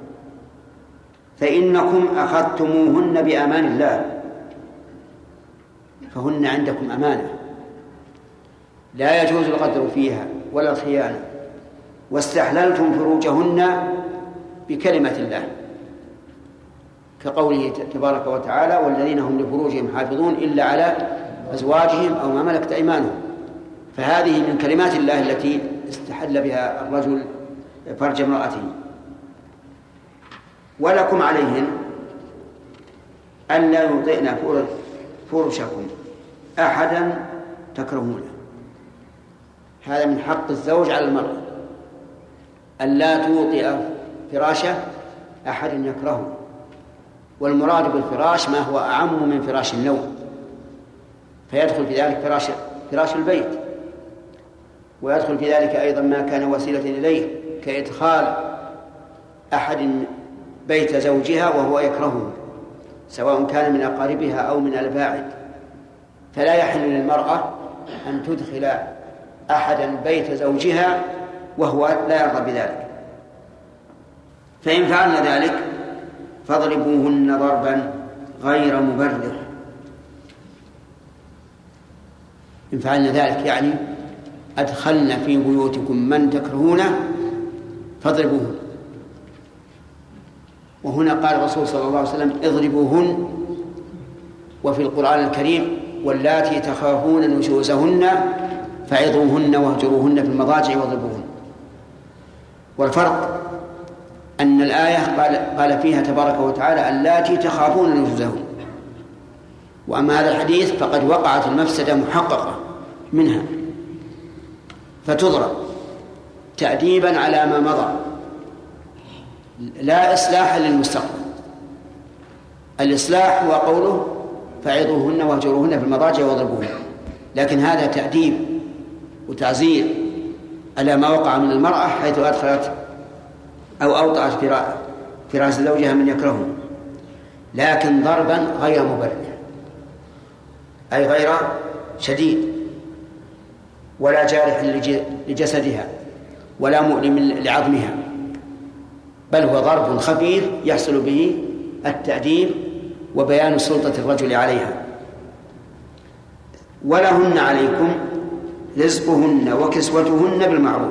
فإنكم أخذتموهن بأمان الله فهن عندكم أمانة، لا يجوز الغدر فيها ولا الخيانة، واستحللتم فروجهن بكلمة الله، كقوله تبارك وتعالى والذين هم لفروجهم حافظون إلا على أزواجهم أو ما ملكت أيمانهم. فهذه من كلمات الله التي استحل بها الرجل فرج امرأته. ولكم عليهن ألا يطئن فرشكم أحدا تكرهونه. هذا من حق الزوج على المرأة أن لا توطئ فراشه أحد يكرهه، والمراد بالفراش ما هو أعم من فراش النوم، فيدخل في ذلك فراش البيت، ويدخل في ذلك أيضا ما كان وسيلة إليه كإدخال أحد بيت زوجها وهو يكرهه، سواء كان من أقاربها أو من الباعد، فلا يحل للمرأة أن تدخل أحدا بيت زوجها وهو لا يرضى بذلك. فإن فعلن ذلك فاضربوهن ضربا غير مبرح. إن فعلن ذلك يعني أدخلن في بيوتكم من تكرهونه فاضربوهن. وهنا قال الرسول صلى الله عليه وسلم اضربوهن، وفي القرآن الكريم واللاتي تخافون نشوزهن فعظوهن واهجروهن في المضاجع واضربوهن. والفرق أن الآية قال فيها تبارك وتعالى اللاتي تخافون نشوزهن، وأما هذا الحديث فقد وقعت المفسدة محققة منها فتضرب تأديبا على ما مضى لا إصلاحا للمستقبل. الإصلاح هو قوله فعظوهن واهجروهن في المضاجع واضربوهن، لكن هذا تأديب وتعزير على ما وقع من المرأة حيث أدخلت أو أوطأت فراش زوجها من يكرهه، لكن ضربا غير مبرح، أي غير شديد ولا جارح لجسدها ولا مؤلم لعظمها، بل هو ضرب خفيف يحصل به التأديب وبيان سلطة الرجل عليها. ولهن عليكم رزقهن وكسوتهن بالمعروف.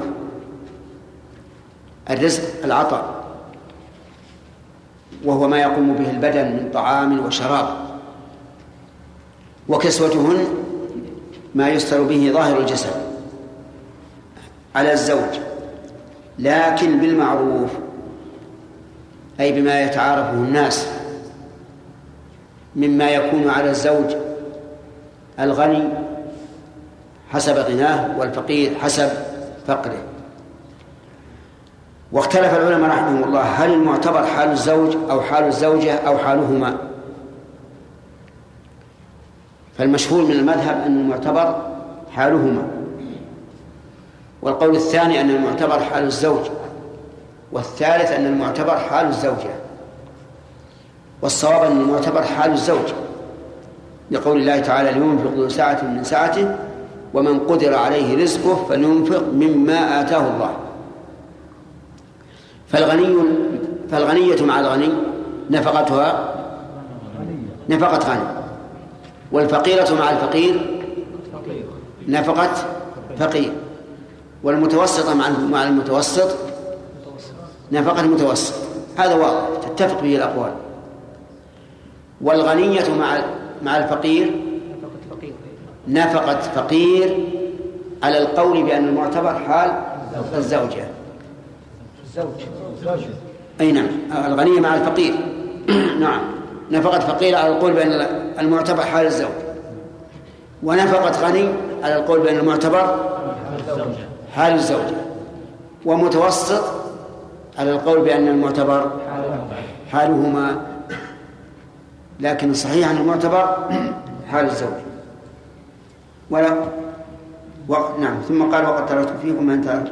الرزق العطاء، وهو ما يقوم به البدن من طعام وشراب، وكسوتهن ما يستر به ظاهر الجسد على الزوج، لكن بالمعروف، أي بما يتعارفه الناس مما يكون على الزوج الغني حسب غناه والفقير حسب فقره. واختلف العلماء رحمهم الله هل المعتبر حال الزوج أو حال الزوجة أو حالهما؟ فالمشهور من المذهب أن المعتبر حالهما، والقول الثاني أن المعتبر حال الزوج، والثالث أن المعتبر حال الزوجة. والصواب أن المعتبر حال الزوج، لقول الله تعالى لينفق ذو سعة من سعته ومن قدر عليه رزقه فلينفق مما آتاه الله. فالغنية مع الغني نفقتها نفقة غني، والفقيرة مع الفقير نفقة فقير، والمتوسطة مع المتوسط نفقة المتوسط. هذا واضح تتفق به الأقوال. والغنية مع الفقير نفقة فقير على القول بأن المعتبر حال الزوجة. أي نعم، الغنية مع الفقير نعم نفقة فقير على القول بأن المعتبر حال الزوج، ونفقة غني على القول بأن المعتبر حال الزوجة، ومتوسط على القول بأن المعتبر حالهما، لكن الصحيح أن المعتبر حال الزوج. نعم. ثم قال وقد تركت فيكم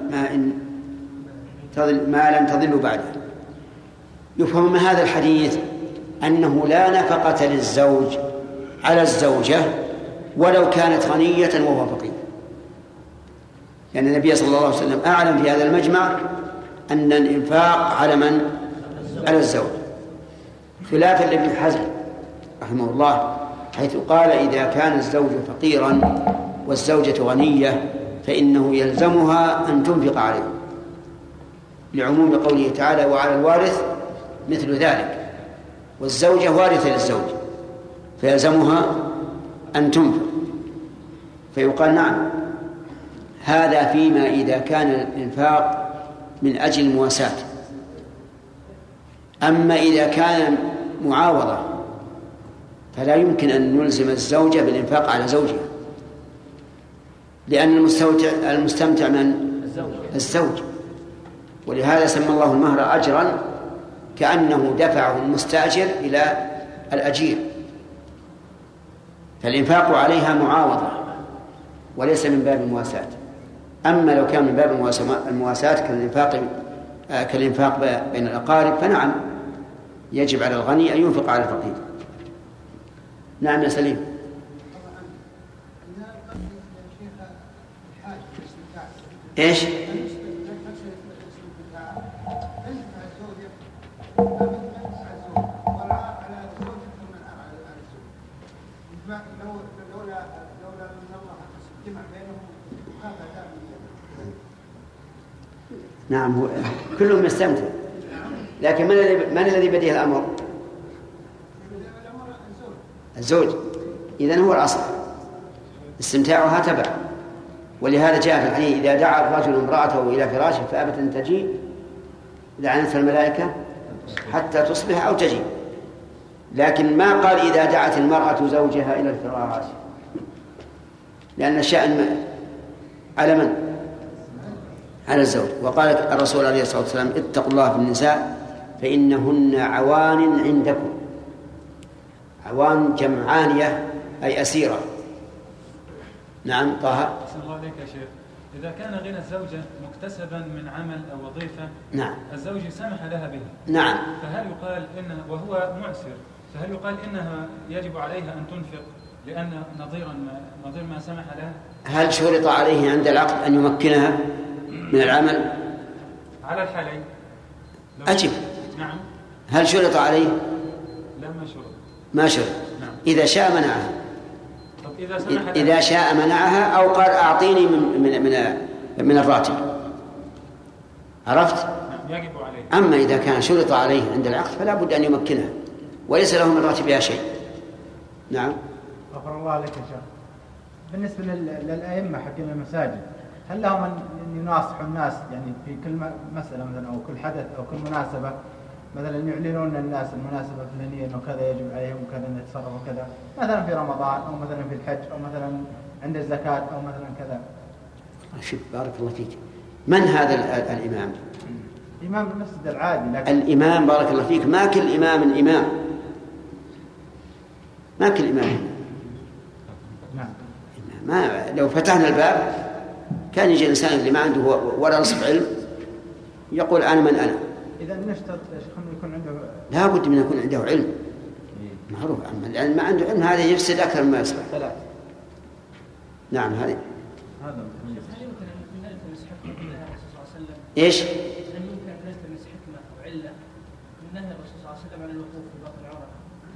ما لن تضلوا بعده. يفهم من هذا الحديث أنه لا نفقة للزوج على الزوجة ولو كانت غنية وهو فقير، لأن النبي صلى الله عليه وسلم أعلم في هذا المجمع أن الإنفاق على من؟ على الزوج، خلافا لابن حزم رحمه الله حيث قال إذا كان الزوج فقيرا والزوجة غنية فإنه يلزمها أن تنفق عليه، لعموم قوله تعالى وعلى الوارث مثل ذلك، والزوجة وارثة للزوج فيلزمها أن تنفق. فيقال نعم هذا فيما إذا كان الإنفاق من أجل المواساة. أما إذا كان معاوضة فلا يمكن أن نلزم الزوجة بالإنفاق على زوجها، لأن المستمتع من الزوج، ولهذا سمى الله المهر أجرا كأنه دفعه المستأجر إلى الأجير، فالإنفاق عليها معاوضة وليس من باب المواساة. أما لو كان من باب المواساة كالإنفاق بين الأقارب فنعم يجب على الغني أن ينفق على الفقير. نعم يا سليم. إيش؟ نعم كلهم يستمتع، لكن من الذي بديه الأمر؟ الزوج. إذن هو الأصل استمتاعها تبع. ولهذا جاء في الحديث إذا دعا الرجل امرأته إلى فراشه فأبت أن تجيء لعنتها الملائكة حتى تصبح أو تجيء، لكن ما قال إذا دعت المرأة زوجها إلى الفراش، لأن الشأن على من؟ على الزوج. وقال الرسول عليه الصلاة والسلام اتقوا الله في النساء فإنهن عوان عندكم. عوان جمع عانية أي أسيرة. نعم طه. أحسن الله عليك يا شيخ. إذا كان غنى الزوجة مكتسبا من عمل أو وظيفة نعم الزوج سمح لها به، نعم، فهل يقال إنها وهو معسر فهل يقال إنها يجب عليها أن تنفق لأن نظير ما سمح لها؟ هل شرط عليه عند العقد أن يمكنها من العمل؟ على الحالين. أجب. نعم. هل شرط عليه؟ لا ما شرط. ما شرط. نعم. إذا شاء منعها. طب إذا شاء منعها أو قال أعطيني من الراتب. عرفت؟ نعم. يجب عليه. أما إذا كان شرط عليه عند العقد فلا بد أن يمكنها وليس له من راتبها شيء. نعم. غفر الله لك يا شيخ. بالنسبة للأئمة حكيم المساجد هل لهم أن يناصحوا الناس يعني في كل مسألة مثلا أو كل حدث أو كل مناسبة مثلا يعلنون للناس المناسبة الفلانية أنه كذا يجب عليهم وكذا يتصرفوا كذا مثلا في رمضان أو مثلا في الحج أو مثلا عند الزكاة أو مثلا كذا؟ شوف بارك الله فيك، من هذا الإمام؟ إمام المسجد العادي. لكن الإمام بارك الله فيك ما كل إمام الإمام، ما كل إمام. نعم. ما لو فتحنا الباب كان يجي الإنسان اللي ما عنده ولا نصف علم يقول أنا من أنا. إذا نشترط أن يكون عنده، لا بد من يكون عنده علم معروف، لأن ما عنده علم هذا يفسد أكثر مما يصلح. نعم. هذه هل يمكن أن نلتمس حكمة من الرسول صلى الله عليه وسلم؟ إيش؟ هل يمكن أن نلتمس حكمة أو علة من نهي الرسول صلى الله عليه وسلم عن الوقوف في باطن العرب؟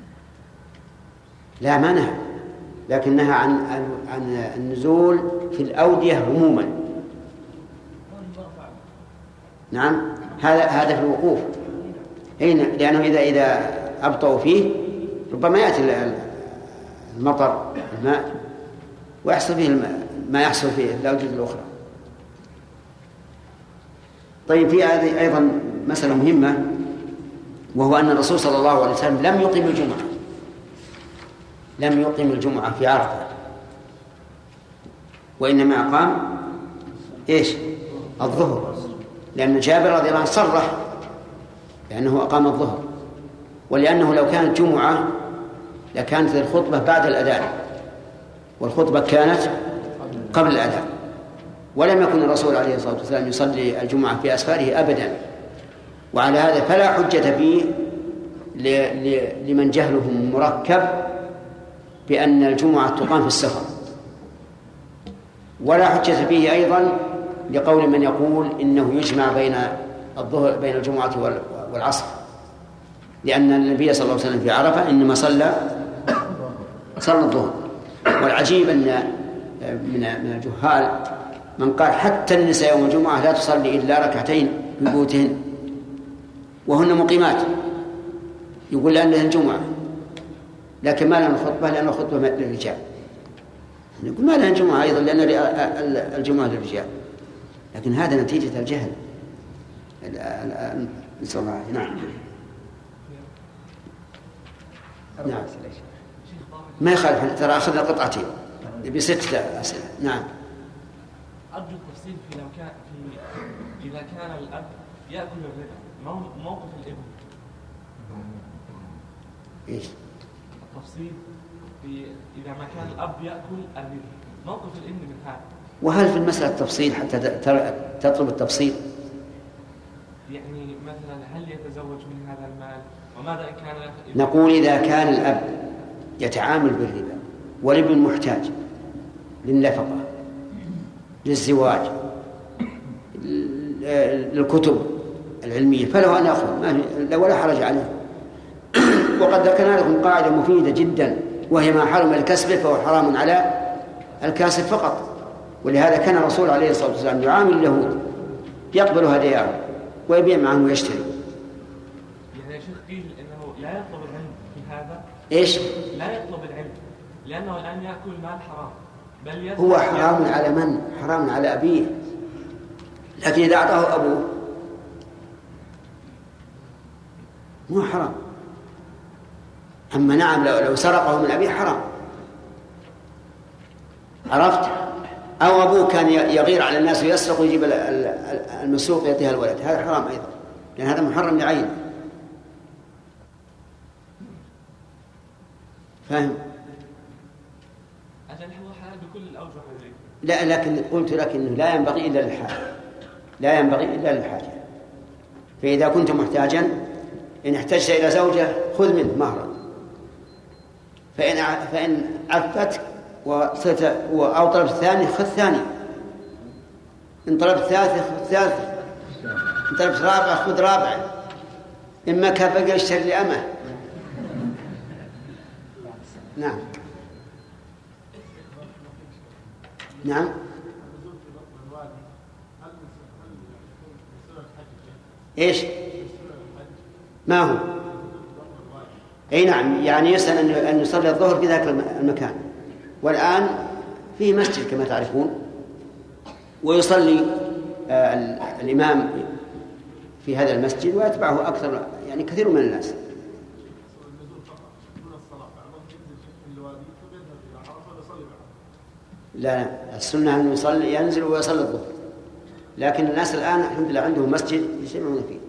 لا ما نهى، لكن نهى عن النزول في الأودية عموما. نعم هذا في الوقوف، لأنه إذا أبطأوا فيه ربما يأتي المطر الماء ويحصل فيه ما يحصل فيه الأودية الأخرى. طيب في هذه أيضا مسألة مهمة، وهو أن الرسول صلى الله عليه وسلم لم يقيم الجمعة في عرفة، وإنما أقام إيش؟ الظهر، لأن جابر رضي الله عنه صرح لأنه أقام الظهر، ولأنه لو كانت جمعة لكانت الخطبة بعد الأذان، والخطبة كانت قبل الأذان، ولم يكن الرسول عليه الصلاة والسلام يصلي الجمعة في أسفاره أبدا. وعلى هذا فلا حجة فيه لمن جهله مركب بأن الجمعة تقام في السفر، ولا حجة فيه أيضا لقول من يقول إنه يجمع بين الجمعة والعصر، لأن النبي صلى الله عليه وسلم في عرفة إنما صلى الظهر. والعجيب أن من الجهال من قال حتى النساء يوم الجمعة لا تصلي إلا ركعتين في بيوتهن وهن مقيمات، يقول لأنها الجمعة، لكن ما لها الخطبة لأن الخطبة للرجال. نقول ما لها الجمعة أيضا لأن الجمعة للرجال، لكن هذا نتيجة الجهل. نسأل الله. نعم. نعم ما يخالف، ترى أخذنا قطعتين ب6 أسئلة. نعم. أرجو التفصيل في لو كان إذا كان الأب يأكل الربا موقف الابن. إيش؟ التفصيل في إذا ما كان الأب يأكل الربا موقف الابن من هذا. وهل في المسألة تفصيل حتى تطلب التفصيل؟ يعني مثلا هل يتزوج من هذا المال وماذا إن كان نقول إذا كان الأب يتعامل بالربا والابن محتاج للنفقة للزواج للكتب العلمية فله أن يأخذ ولا حرج عليه. وقد ذكرنا لكم قاعدة مفيدة جدا وهي ما حرم الكسب فهو حرام على الكاسب فقط. ولهذا كان الرسول عليه الصلاة والسلام يعامل اليهود يقبل هداياهم ويبيع معهم ويشتري. يعني يا شيخ قيل إنه لا يطلب العلم في هذا. إيش؟ لا يطلب العلم لأنه الآن يأكل مال حرام بل هو حرام على من؟ حرام على أبيه. لكن إذا أعطاه أبوه مو حرام. أما نعم لو سرقه من أبيه حرام. عرفت؟ أو أبوه كان يغير على الناس ويسرق ويجيب المسروق يعطيها الولد هذا حرام أيضا لأن هذا محرم بعينه. فاهم؟ أجل هو حلال بكل الأوجه. لا لكن قلت لك إنه لا ينبغي إلا للحاجة. لا ينبغي إلا للحاجة. فإذا كنت محتاجا إن احتجت إلى زوجة خذ منه مهرا فإن عفتك أو طلبت الثاني خذ ثاني إن طلبت ثالث خذ ثالث إن طلبت رابع خذ رابع إما كفق اشتري لأمه. نعم نعم إيش ما هو أي نعم يعني يسأل أن يصلي الظهر في ذاك المكان والآن فيه مسجد كما تعرفون ويصلي الإمام في هذا المسجد ويتبعه أكثر يعني كثير من الناس. لا السنة أن ينزل ويصلي الظهر لكن الناس الآن الحمد لله عندهم مسجد يجتمعون فيه.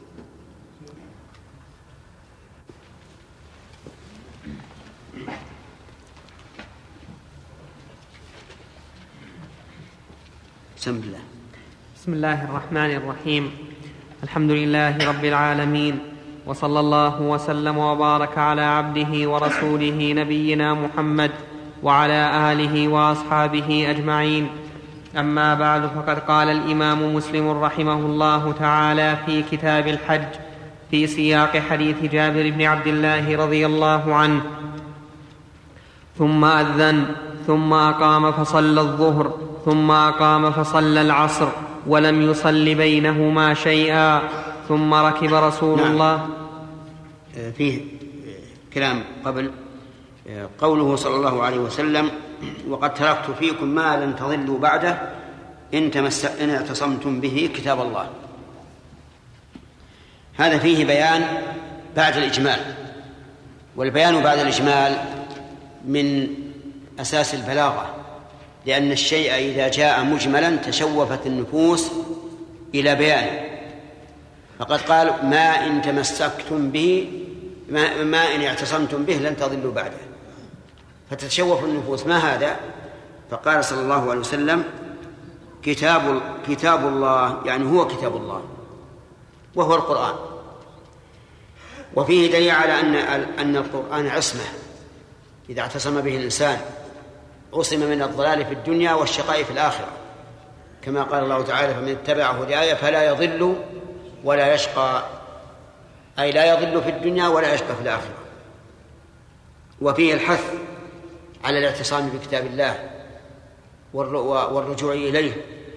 بسم الله الرحمن الرحيم. الحمد لله رب العالمين وصلى الله وسلم وبارك على عبده ورسوله نبينا محمد وعلى آله وأصحابه أجمعين. أما بعد فقد قال الإمام مسلم رحمه الله تعالى في كتاب الحج في سياق حديث جابر بن عبد الله رضي الله عنه ثم أذن ثم أقام فصلى الظهر ثم أقام فصلى العصر ولم يصل بينهما شيئا ثم ركب رسول الله. فيه كلام قبل قوله صلى الله عليه وسلم وقد تركت فيكم ما لن تضلوا بعده إن اعتصمتم به كتاب الله. هذا فيه بيان بعد الإجمال والبيان بعد الإجمال من أساس البلاغة لأن الشيء إذا جاء مجملا تشوفت النفوس إلى بيانه فقد قال ما إن تمسكتم به ما إن اعتصمتم به لن تضلوا بعده فتتشوف النفوس ما هذا فقال صلى الله عليه وسلم كتاب الله يعني هو كتاب الله وهو القرآن. وفيه دليل على أن القرآن عصمة إذا اعتصم به الإنسان عصم من الضلال في الدنيا والشقاء في الآخرة كما قال الله تعالى فمن اتبع هداي فلا يضل ولا يشقى أي لا يضل في الدنيا ولا يشقى في الآخرة. وفيه الحث على الاعتصام بكتاب الله والرجوع إليه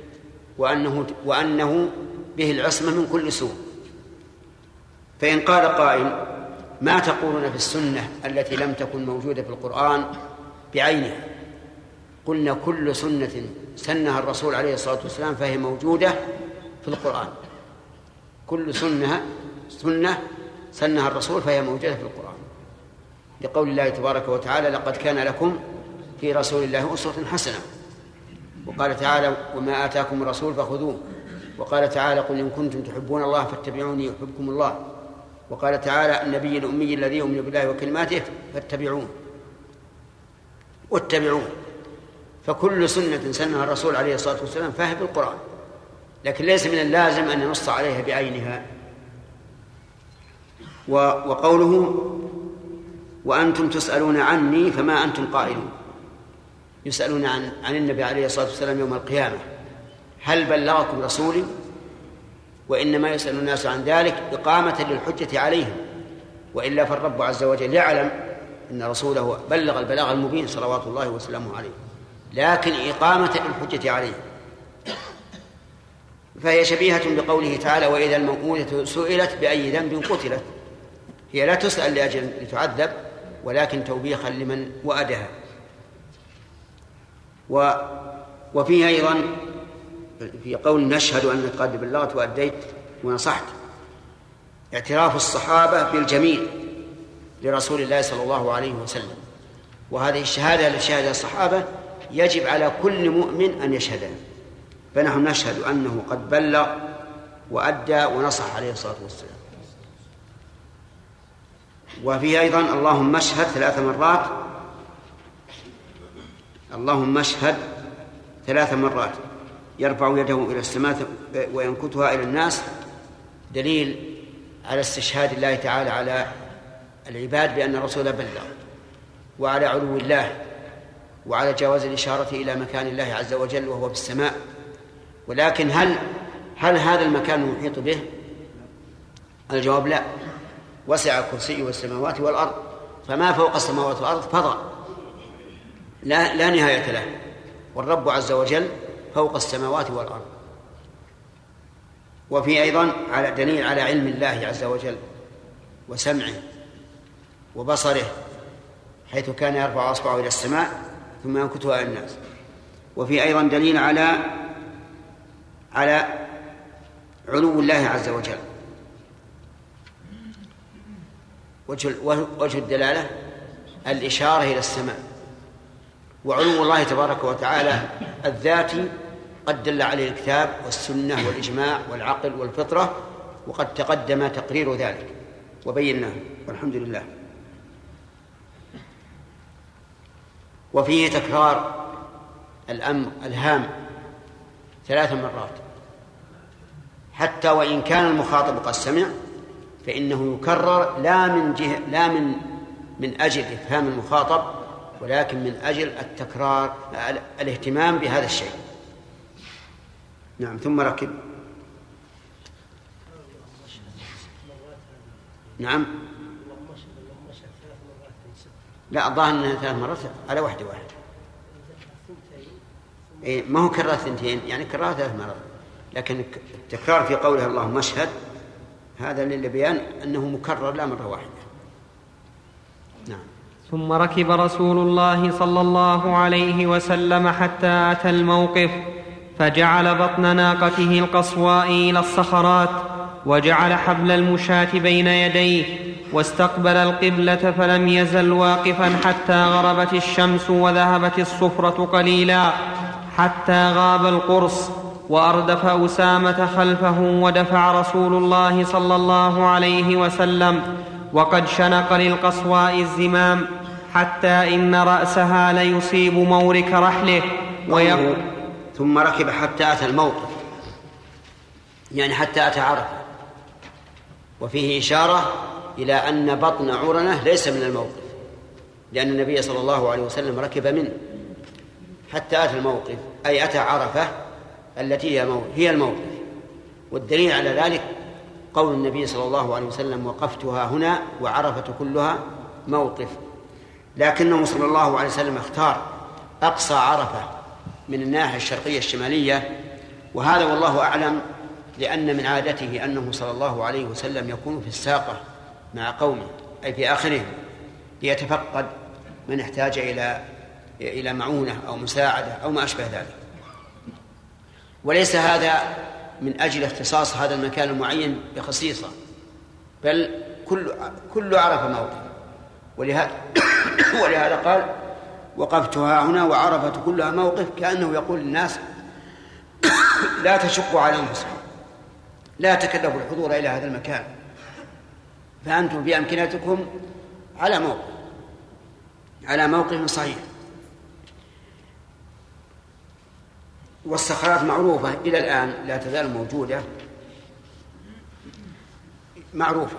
وأنه به العصمة من كل سوء. فإن قال قائل ما تقولون في السنة التي لم تكن موجودة في القرآن بعينها قلنا كل سنة سنها الرسول عليه الصلاة والسلام فهي موجودة في القرآن. كل سنة سنها الرسول فهي موجودة في القرآن لقول الله تبارك وتعالى لقد كان لكم في رسول الله أسوة حسنة. وقال تعالى وما آتاكم الرسول فخذوه. وقال تعالى قل إن كنتم تحبون الله فاتبعوني يحبكم الله. وقال تعالى النبي الأمي الذي يؤمن بالله وكلماته فاتبعوه واتبعوه. فكل سنة سنها الرسول عليه الصلاة والسلام فهي بالقرآن، لكن ليس من اللازم أن ينص عليها بعينها. وقوله وأنتم تسألون عني فما أنتم قائلون، يسألون عن النبي عليه الصلاة والسلام يوم القيامة هل بلغكم رسولي؟ وإنما يسأل الناس عن ذلك إقامة للحجة عليهم، وإلا فالرب عز وجل يعلم أن رسوله بلغ البلاغ المبين صلوات الله وسلامه عليه، لكن إقامة للحجة عليهم. فهي شبيهة بقوله تعالى وإذا الموءودة سئلت بأي ذنب قتلت. هي لا تسأل لأجل لتعذب، ولكن توبيخا لمن وأدها. وفيه أيضا في قول نشهد أنك قد بلغت وأديت ونصحت اعتراف الصحابة بالجميل لرسول الله صلى الله عليه وسلم، وهذه الشهادة التي شهدها الصحابة يجب على كل مؤمن أن يشهدها. فنحن نشهد أنه قد بلغ وأدى ونصح عليه الصلاة والسلام. وفيه أيضا اللهم اشهد 3 مرات، اللهم اشهد 3 مرات، يرفع يده إلى السماء وينكتها إلى الناس، دليل على استشهاد الله تعالى على العباد بأن الرسول بلغ، وعلى علو الله، وعلى جواز الإشارة إلى مكان الله عز وجل وهو في السماء. ولكن هل هذا المكان محيط به؟ الجواب لا. وسع كرسيه السماوات والأرض، فما فوق السماوات والأرض فضاء لا نهاية له، والرب عز وجل فوق السماوات والأرض. وفي أيضا على دليل على علم الله عز وجل وسمعه وبصره، حيث كان يرفع أصبعه إلى السماء ثم ينكتها إلى الناس. وفي أيضا دليل على علو الله عز وجل. وجه الدلالة الإشارة إلى السماء. وعلو الله تبارك وتعالى الذاتي قد دل عليه الكتاب والسنة والإجماع والعقل والفطرة، وقد تقدم تقرير ذلك وبيناه والحمد لله. وفيه تكرار الأمر الهام 3 مرات، حتى وإن كان المخاطب قد سمع فإنه يكرر لا من أجل إفهام المخاطب، ولكن من أجل التكرار، الاهتمام بهذا الشيء. نعم. ثم ركب. نعم. لا، الظاهر أنها 3 مرات على واحدة. إيه، ما هو كرر 2، يعني كرر 3 مرات، لكن التكرار في قوله اللهم اشهد هذا للبيان أنه مكرر لا مرة واحدة. نعم. ثم ركب رسول الله صلى الله عليه وسلم حتى أتى الموقف، فجعل بطن ناقته القصواء إلى الصخرات، وجعل حبل المشاة بين يديه، واستقبل القبلة، فلم يزل واقفا حتى غربت الشمس وذهبت الصفرة قليلا، حتى غاب القرص، وأردف أسامة خلفه، ودفع رسول الله صلى الله عليه وسلم وقد شنق للقصواء الزمام، حتى إن رأسها ليصيب مورك رحله. ثم ركب حتى أتى الموقف، يعني حتى أتى عرفة. وفيه إشارة إلى أن بطن عرنة ليس من الموقف، لأن النبي صلى الله عليه وسلم ركب منه حتى أتى الموقف، أي أتى عرفة التي هي الموقف. والدليل على ذلك قول النبي صلى الله عليه وسلم وقفتها هنا وعرفة كلها موقف، لكنه صلى الله عليه وسلم اختار أقصى عرفة من الناحية الشرقية الشمالية، وهذا والله أعلم لأن من عادته أنه صلى الله عليه وسلم يكون في الساقة مع قومه، أي في آخرهم، ليتفقد من احتاج إلى معونة أو مساعدة أو ما أشبه ذلك. وليس هذا من أجل اختصاص هذا المكان المعين بخصيصة، بل كل عرفة موقف. ولهذا قال وقفتها هنا وعرفة كلها موقف، كأنه يقول للناس لا تشقوا على أنفسكم، لا تكلفوا الحضور إلى هذا المكان، فأنتم بأمكنتكم على موقف صحيح. والصخرات معروفة إلى الآن، لا تزال موجودة معروفة.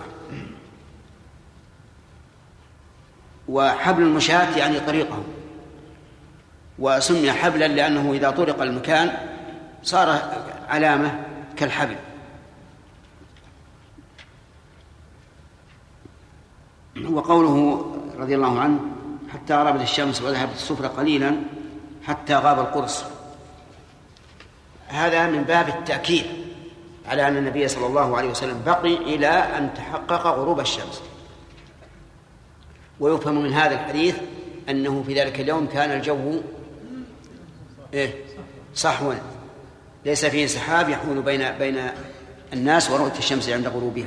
وحبل المشاة يعني طريقه، وسمي حبلا لأنه إذا طرق المكان صار علامة كالحبل. وقوله رضي الله عنه حتى غربت الشمس وذهبت السفرة قليلا حتى غاب القرص، هذا من باب التأكيد على أن النبي صلى الله عليه وسلم بقي إلى أن تحقق غروب الشمس. ويفهم من هذا الحديث أنه في ذلك اليوم كان الجو صحوا، ليس فيه سحاب يحول بين الناس ورؤية الشمس عند غروبها.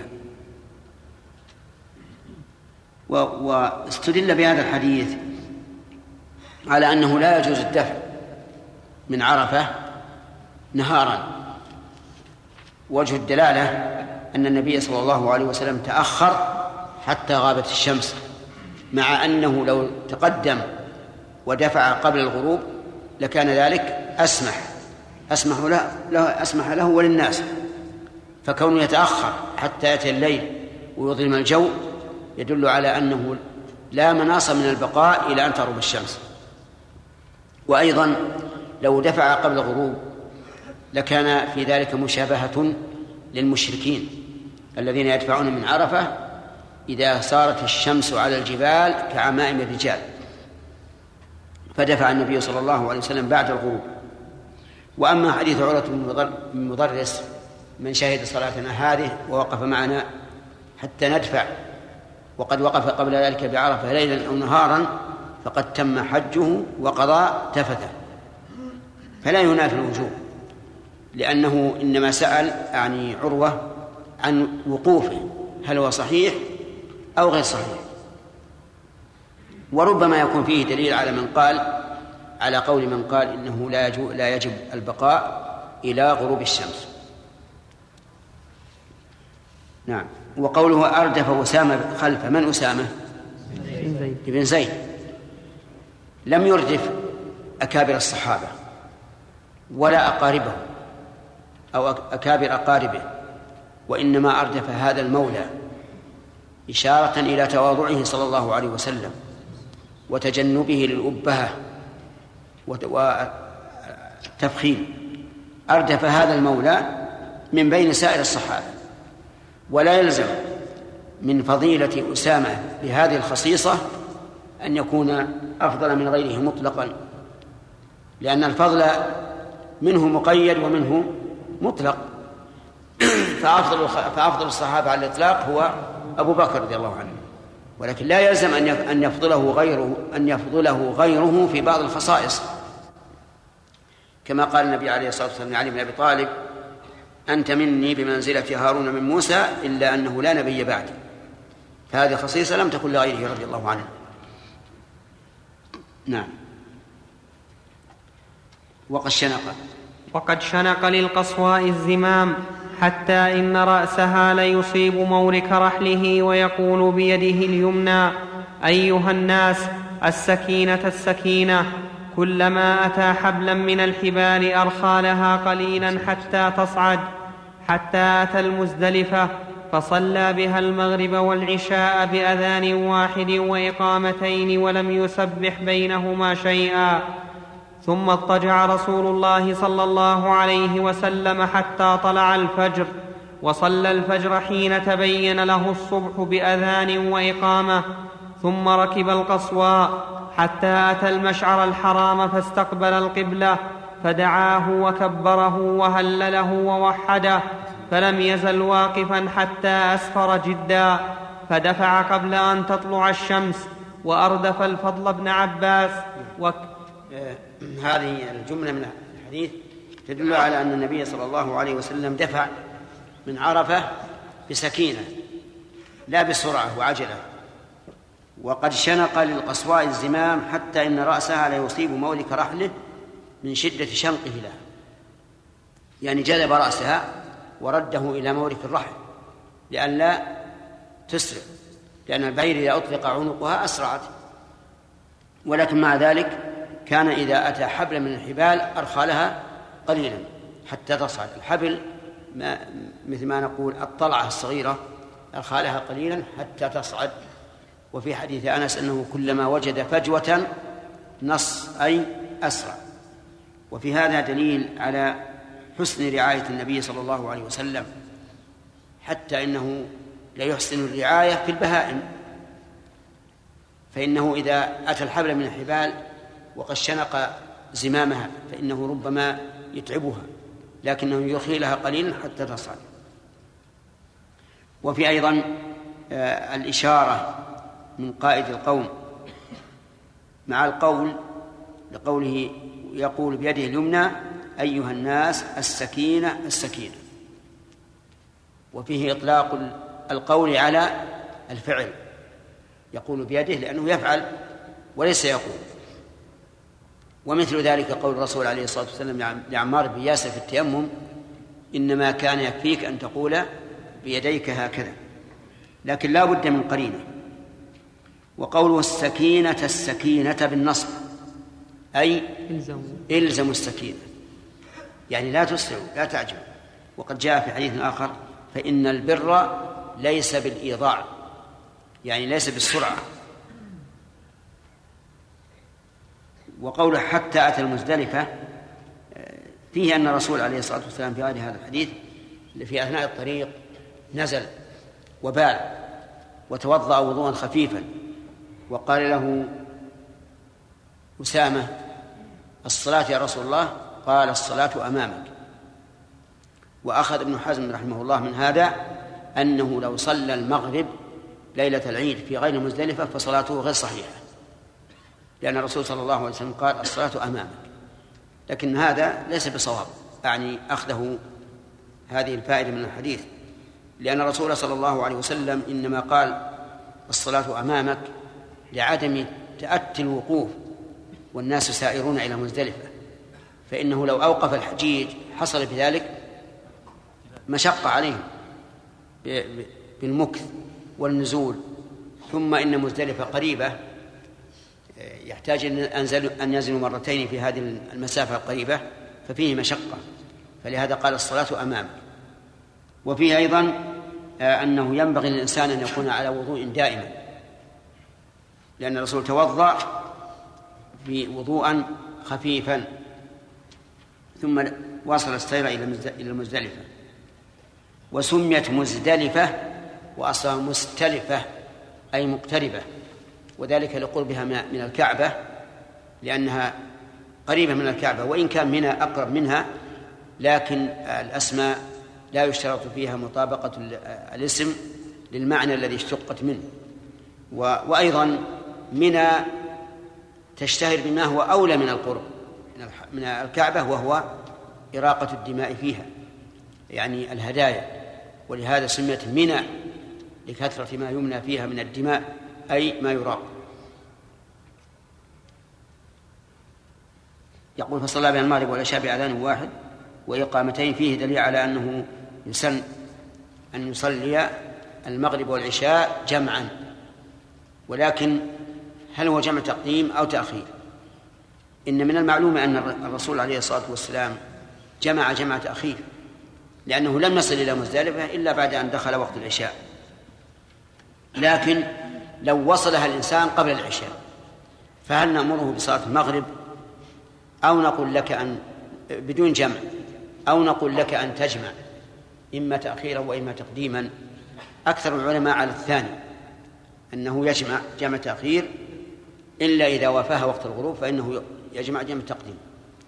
واستدل بهذا الحديث على أنه لا يجوز الدفع من عرفة نهارا. وجه الدلالة أن النبي صلى الله عليه وسلم تأخر حتى غابت الشمس، مع أنه لو تقدم ودفع قبل الغروب لكان ذلك أسمح له وللناس. فكونه يتأخر حتى يأتي الليل ويظلم الجو يدل على أنه لا مناص من البقاء إلى أن تغرب الشمس. وأيضا لو دفع قبل الغروب لكان في ذلك مشابهة للمشركين الذين يدفعون من عرفة إذا صارت الشمس على الجبال كعمائم الرجال، فدفع النبي صلى الله عليه وسلم بعد الغروب. وأما حديث عروة بن مضرس من شهد صلاتنا هذه ووقف معنا حتى ندفع وقد وقف قبل ذلك بعرفة ليلا أو نهارا فقد تم حجه وقضى تفته، فلا ينافي الوجوب، لأنه إنما سأل يعني عروة عن وقوفه هل هو صحيح أو غير صحيح. وربما يكون فيه دليل على قول من قال إنه لا يجب البقاء إلى غروب الشمس. نعم. وقوله أردف أسامة خلف من أسامة؟ ابن زيد. لم يردف أكابر الصحابة ولا أقاربه أو أكابر أقاربه، وإنما أردف هذا المولى إشارة إلى تواضعه صلى الله عليه وسلم وتجنبه للأبهة والتفخيم. أردف هذا المولى من بين سائر الصحابة، ولا يلزم من فضيلة أسامة بهذه الخصيصة أن يكون أفضل من غيره مطلقا، لأن الفضل منه مقيد ومنه مطلق. فأفضل الصحابة على الإطلاق هو أبو بكر رضي الله عنه، ولكن لا يلزم أن يفضله غيره في بعض الخصائص، كما قال النبي عليه الصلاة والسلام لعلي بن أبي طالب أنت مني بمنزلة هارون من موسى إلا أنه لا نبي بعدي، فهذه خصيصة لم تكن لغيره رضي الله عنه. نعم. وقد شنق للقصواء الزمام حتى إن رأسها ليصيب مورك رحله ويقول بيده اليمنى أيها الناس السكينة السكينة، كلما أتى حبلا من الحبال أرخى لها قليلا حتى تصعد، حتى أتى المزدلفة فصلى بها المغرب والعشاء بأذان واحد وإقامتين ولم يسبح بينهما شيئا. ثم اضطجع رسول الله صلى الله عليه وسلم حتى طلع الفجر، وصلى الفجر حين تبين له الصبح بأذان وإقامة، ثم ركب القصواء حتى أتى المشعر الحرام فاستقبل القبلة، فدعاه وكبره وهلله ووحده، فلم يزل واقفا حتى أسفر جدا، فدفع قبل أن تطلع الشمس، وأردف الفضل بن عباس. هذه الجملة من الحديث تدل على أن النبي صلى الله عليه وسلم دفع من عرفة بسكينة لا بسرعة وعجلة، وقد شنق للقصواء الزمام حتى إن رأسها لا يصيب مولك رحله من شدة شنقه لها، يعني جذب رأسها ورده إلى مولك الرحل لئلا تسرع، لأن البعير إذا أطلق عنقها أسرعت. ولكن مع ذلك كان إذا أتى حبل من الحبال أرخى لها قليلا حتى تصعد. الحبل مثل ما نقول الطلعة الصغيرة، أرخى لها قليلا حتى تصعد. وفي حديث أنس أنه كلما وجد فجوة نص أي أسرع. وفي هذا دليل على حسن رعاية النبي صلى الله عليه وسلم، حتى إنه لا يحسن الرعاية في البهائم، فإنه إذا أتى الحبل من الحبال وقد شنق زمامها فإنه ربما يتعبها، لكنه يرخي لها قليلا حتى تصعد. وفي أيضا الإشارة من قائد القوم مع القول لقوله يقول بيده اليمنى أيها الناس السكينة السكينة، وفيه إطلاق القول على الفعل، يقول بيده لأنه يفعل وليس يقول. ومثل ذلك قول الرسول عليه الصلاة والسلام لعمار بن ياسر في التيمم إنما كان يكفيك أن تقول بيديك هكذا، لكن لا بد من قرينة. وقوله السكينة السكينة بالنصب أي إلزموا السكينة، يعني لا تسرعوا لا تعجلوا. وقد جاء في حديث آخر فإن البر ليس بالإيضاع، يعني ليس بالسرعة. وقوله حتى أتى المزدلفة فيه أن الرسول عليه الصلاة والسلام في غير هذا الحديث في أثناء الطريق نزل وبال وتوضأ وضوءا خفيفا، وقال له أسامة الصلاة يا رسول الله؟ قال الصلاة أمامك. وأخذ ابن حزم رحمه الله من هذا أنه لو صلى المغرب ليلة العيد في غير مزدلفة فصلاته غير صحيحة، لأن الرسول صلى الله عليه وسلم قال الصلاة أمامك. لكن هذا ليس بصواب، أعني أخذه هذه الفائدة من الحديث، لأن الرسول صلى الله عليه وسلم إنما قال الصلاة أمامك لعدم تأتي الوقوف والناس سائرون إلى مزدلفة، فإنه لو أوقف الحجيج حصل بذلك مشقة عليهم بالمكث والنزول، ثم إن مزدلفة قريبة يحتاج أن ينزلوا مرتين في هذه المسافة القريبة، ففيه مشقة، فلهذا قال الصلاة أمامك. وفيه أيضا أنه ينبغي للإنسان أن يكون على وضوء دائما، لأن الرسول توضأ بوضوءا خفيفا ثم واصل السير إلى المزدلفة. وسميت مزدلفة وأصلها مستلفة أي مقتربة، وذلك لقربها من الكعبة، لأنها قريبة من الكعبة، وإن كان منى أقرب منها، لكن الأسماء لا يشترط فيها مطابقة الاسم للمعنى الذي اشتقت منه. وأيضا منى تشتهر بما هو أولى من القرب من الكعبة، وهو إراقة الدماء فيها، يعني الهدايا، ولهذا سميت منى لكثرة ما يمنى فيها من الدماء أي ما يراق. يقول فصلى بين المغرب والعشاء بأذان واحد وإقامتين، فيه دليل على أنه يسن أن يصلي المغرب والعشاء جمعا، ولكن هل هو جمع تقديم أو تأخير؟ إن من المعلوم أن الرسول عليه الصلاة والسلام جمع تأخير، لأنه لم يصل إلى مزدلفة إلا بعد أن دخل وقت العشاء. لكن لو وصلها الإنسان قبل العشاء فهل نأمره بصلاة المغرب، أو نقول لك أن بدون جمع، أو نقول لك أن تجمع إما تأخيرا وإما تقديما؟ أكثر العلماء على الثاني، أنه يجمع جمع تأخير، إلا إذا وافاها وقت الغروب فإنه يجمع جمع تقديم.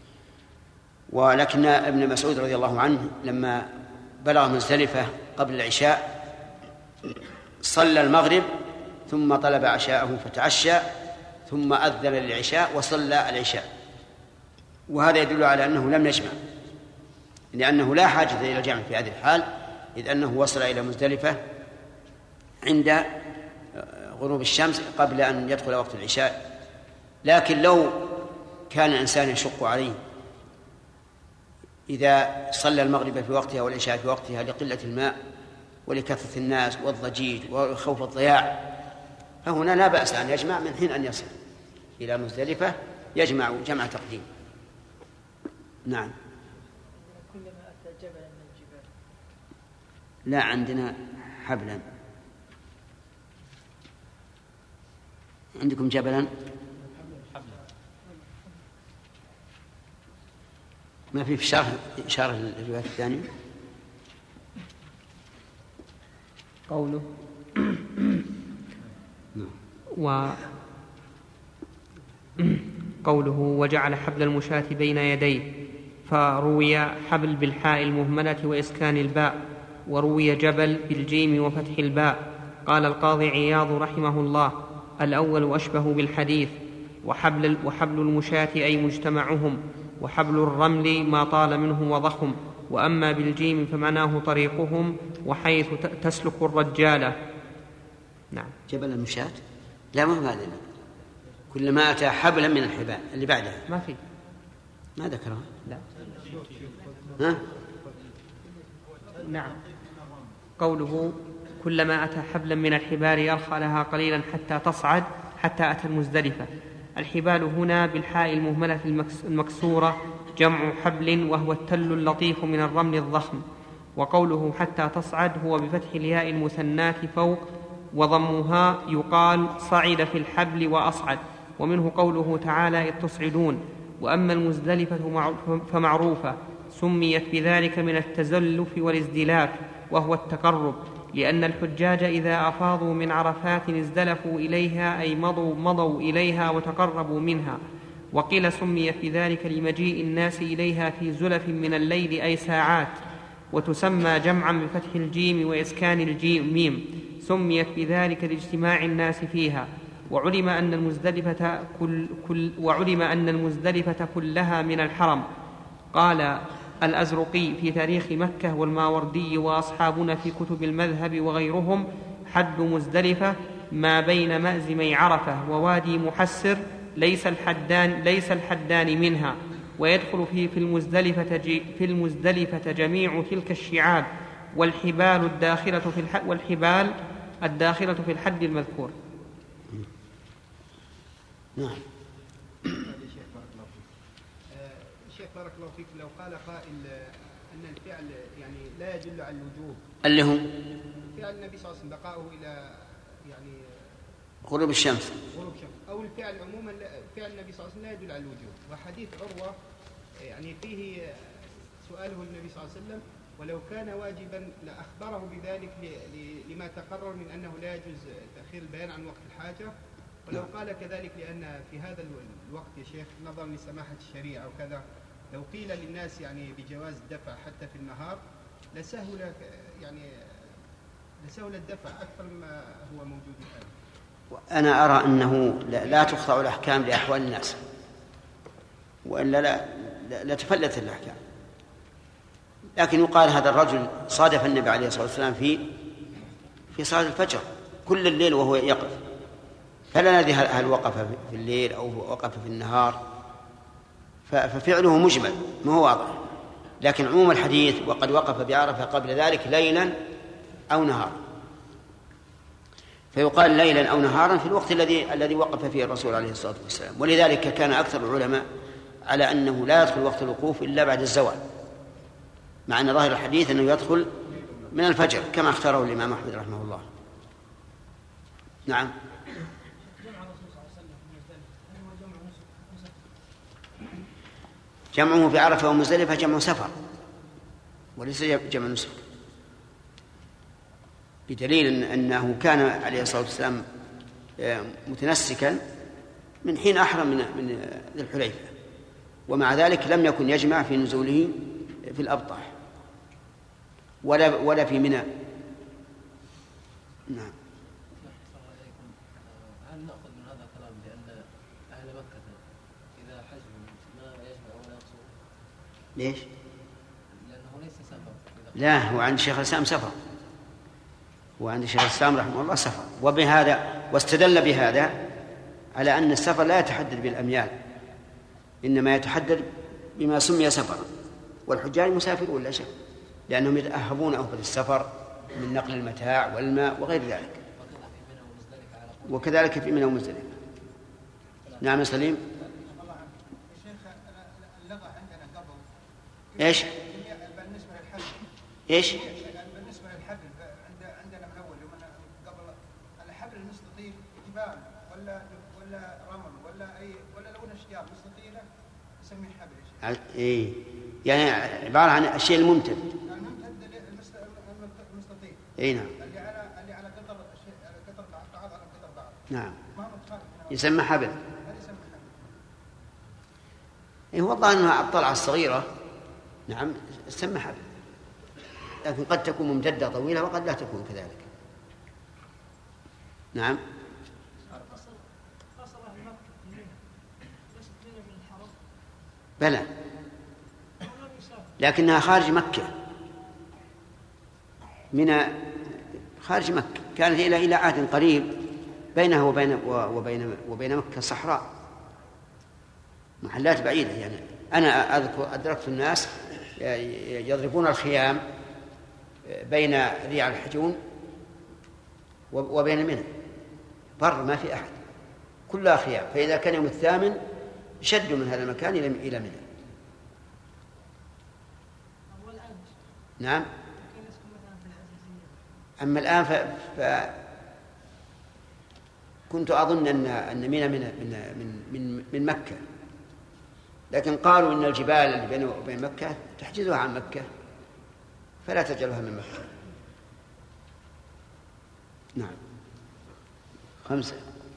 ولكن ابن مسعود رضي الله عنه لما بلغ مزدلفة قبل العشاء صلى المغرب ثم طلب عشاءه فتعشى ثم أذن للعشاء وصلى العشاء، وهذا يدل على أنه لم يجمع، لأنه لا حاجة إلى الجمع في هذه الحال، إذ أنه وصل إلى مزدلفة عند غروب الشمس قبل أن يدخل وقت العشاء. لكن لو كان الإنسان يشق عليه إذا صلى المغرب في وقتها والعشاء في وقتها لقلة الماء ولكثرة الناس والضجيج وخوف الضياع، فهنا لا بأس أن يجمع من حين أن يصل إلى مزدلفة، يجمع جمع تقديم. نعم. كلما أتى جبلا من الجبال. لا، عندنا حبلا. عندكم جبلا؟ ما في إشارة للرواية الثانية. قوله قوله وجعل حبل المشاة بين يديه، فروي حبل بالحاء المهملة وإسكان الباء، وروي جبل بالجيم وفتح الباء. قال القاضي عياض رحمه الله: الأول أشبه بالحديث، وحبل المشاة أي مجتمعهم، وحبل الرمل ما طال منه وضخم، وأما بالجيم فمعناه طريقهم وحيث تسلك الرجالة. نعم. جبل المشاة لا، ما هذا، كلما أتى حبلا من الحبال اللي بعدها ما في، ما ذكرها. لا. ها؟ نعم. قوله كلما أتى حبلا من الحبال يرخى لها قليلا حتى تصعد، حتى أتى المزدلفة. الحبال هنا بالحاء المهملة المكسورة جمع حبل، وهو التل اللطيف من الرمل الضخم. وقوله حتى تصعد هو بفتح الياء المثناة فوق وضمها، يقال صعد في الحبل وأصعد. ومنه قوله تعالى: إذ تصعدون. وأما المزدلفة فمعروفة، سميت بذلك من التزلف والازدلاف، وهو التقرب، لأن الحجاج إذا أفاضوا من عرفات ازدلفوا إليها، أي مضوا إليها وتقربوا منها. وقيل سميت بذلك لمجيء الناس إليها في زلف من الليل، أي ساعات. وتسمى جمعا بفتح الجيم وإسكان الجيم ميم، سميت بذلك لاجتماع الناس فيها. وعلم أن المزدلفة كلها من الحرم. قال الأزرقي في تاريخ مكة والماوردي وأصحابنا في كتب المذهب وغيرهم: حد مزدلفة ما بين مأزمي عرفة ووادي محسر، ليس الحدان منها. ويدخل في المزدلفة جميع تلك الشعاب والحبال الداخلة في الحد المذكور. نعم. شيخ بارك الله فيك، لو قال قائل أن الفعل يعني لا يدل على الوجوب، اللي هو فعل النبي صلى الله عليه وسلم بقاؤه إلى يعني غروب الشمس، أو الفعل عموما، فعل النبي صلى الله عليه وسلم لا يدل على الوجوب. وحديث عروة يعني فيه سؤاله النبي صلى الله عليه وسلم: ولو كان واجبا لأخبره بذلك لما تقرر من أنه لا يجوز تأخير البيان عن وقت الحاجة. ولو قال كذلك لأن في هذا الوقت يا شيخ نظرا لسماحة الشريعة وكذا، لو قيل للناس يعني بجواز الدفع حتى في النهار لسهل الدفع أكثر مما هو موجود الآن. أنا أرى أنه لا تخضع الأحكام لأحوال الناس، وإلا لا تفلت الأحكام. لكن يقال هذا الرجل صادف النبي عليه الصلاة والسلام في صلاة الفجر كل الليل وهو يقف، فلا ندري هل وقف في الليل أو وقف في النهار، ففعله مجمل ما هو واضح. لكن عموم الحديث: وقد وقف بعرفة قبل ذلك ليلا أو نهارا، فيقال ليلا أو نهارا في الوقت الذي وقف فيه الرسول عليه الصلاة والسلام. ولذلك كان أكثر العلماء على أنه لا يدخل وقت الوقوف إلا بعد الزوال، مع أن ظاهر الحديث أنه يدخل من الفجر كما اختاره الإمام أحمد رحمه الله. نعم. جمعه في عرفة ومزدلفة جمع سفر وليس جمع نسك، بدليل أنه كان عليه الصلاة والسلام متنسكا من حين أحرم من ذي الحليفة، ومع ذلك لم يكن يجمع في نزوله في الأبطح ولا في منى. نعم. هل نأخذ من هذا الكلام بأن أهل مكة إذا حجوا ما يجمع ولا يقصر؟ ليش؟ لأنه ليس سفر. لا، هو عند شيخ الإسلام سفر، وعند شيخ الإسلام رحمه الله سفر، واستدل بهذا على أن السفر لا يتحدد بالأميال، إنما يتحدد بما سمي سفرا، والحجاج مسافرون لا شك، لأنهم يتأهبون أهبة السفر من نقل المتاع والماء وغير ذلك، وكذلك في منى ومزدلفة. نعم سليم. ايش؟ بالنسبة للحبل. ايش؟ بالنسبة للحبل عندنا من أول ومن قبل الحبل المستطيل جبال ولا رمل ولا لون أشجار مستطيلة نسميه حبل. إيه يعني عبارة عن الشيء الممتد. المستطيل. إيه نعم. اللي على قطر بعض على قطر بعض. نعم. يسمى حبل. إيه هو الظاهر أنها الطلعة الصغيرة. نعم تسمى حبل، لكن قد تكون ممتدة طويلة وقد لا تكون كذلك. نعم. بلى، لكنها خارج مكة، من خارج مكة، كانت إلى عهد قريب بينها وبين مكة صحراء، محلات بعيدة. يعني أنا أدركت الناس يضربون الخيام بين ريع الحجون وبين منى، بر ما في أحد، كلها خيام، فإذا كان يوم الثامن شدوا من هذا المكان إلى منى. نعم. أما الآن كنت أظن أن منى من مكة، لكن قالوا إن الجبال اللي بينه وبين مكة تحجزها عن مكة فلا تجعلها من مكة. نعم. 5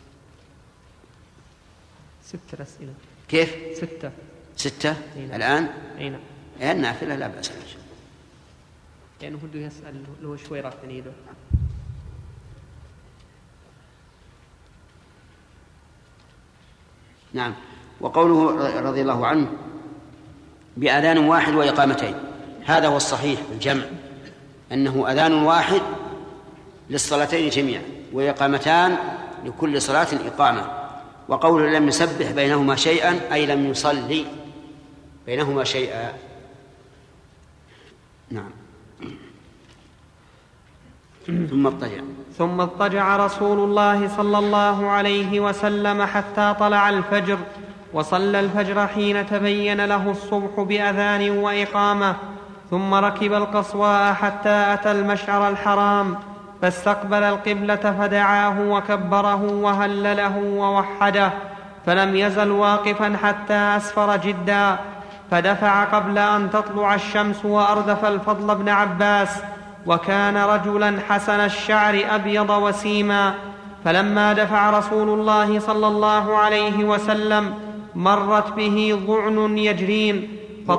6 أسئلة. كيف؟ 6 نعم. الآن؟ أي نعم. النافلة لا بأس بها، يعني بده يسأل له شوي راح تنيده. نعم. وقوله رضي الله عنه بأذان واحد وإقامتين، هذا هو الصحيح الجمع، أنه أذان واحد للصلاتين جميعا وإقامتان لكل صلاة إقامة. وقوله لم يسبح بينهما شيئا أي لم يصلي بينهما شيئا. نعم. ثم اضطجع رسول الله صلى الله عليه وسلم حتى طلع الفجر، وصلى الفجر حين تبين له الصبح بأذان وإقامة، ثم ركب القصواء حتى أتى المشعر الحرام، فاستقبل القبلة فدعاه وكبره وهلله ووحده، فلم يزل واقفا حتى أسفر جدا، فدفع قبل أن تطلع الشمس وأردف الفضل بن عباس، وكان رجلا حسن الشعر أبيض وسيما. فلما دفع رسول الله صلى الله عليه وسلم مرت به ضعن يجرين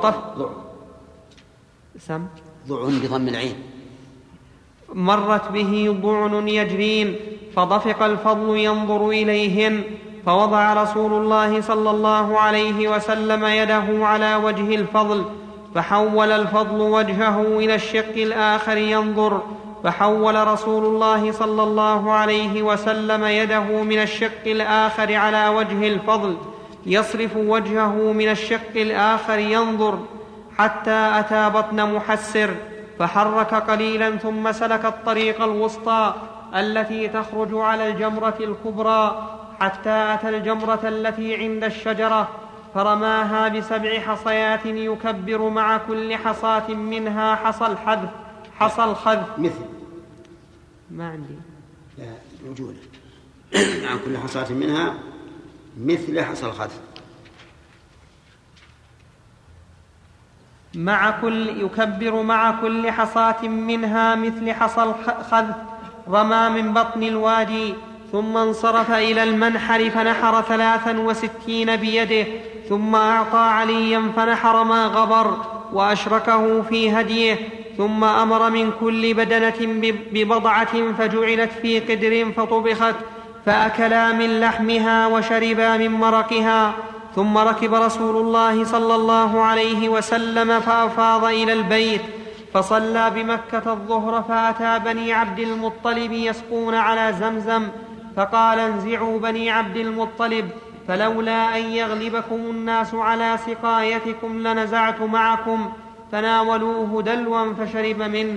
ضعن بضم العين. مرت به ضعن يجرين فضفق الفضل ينظر إليهن، فوضع رسول الله صلى الله عليه وسلم يده على وجه الفضل، فحول الفضل وجهه إلى الشق الآخر ينظر، فحول رسول الله صلى الله عليه وسلم يده من الشق الآخر على وجه الفضل يصرف وجهه من الشق الآخر ينظر، حتى أتى بطن محسر، فحرك قليلا ثم سلك الطريق الوسطى التي تخرج على الجمرة الكبرى، حتى أتى الجمرة التي عند الشجرة، فرماها ب7 حصيات يكبر مع كل حصاة منها حصى الخذف مثل ما عندي وجوده مع كل حصاة منها مثل حصى الخذف، يكبر مع كل حصاة منها مثل حصى الخذف، رمى من بطن الوادي، ثم انصرف إلى المنحر فنحر 63 بيده، ثم أعطى عليا فنحر ما غبر وأشركه في هديه، ثم أمر من كل بدنة ببضعة فجعلت في قدر فطبخت، فأكلا من لحمها وشربا من مرقها. ثم ركب رسول الله صلى الله عليه وسلم فأفاض إلى البيت، فصلى بمكة الظهر فأتى بني عبد المطلب يسقون على زمزم فقال انزعوا بني عبد المطلب فلولا أن يغلبكم الناس على سقايتكم لنزعت معكم، فناولوه دلوا فشرب منه.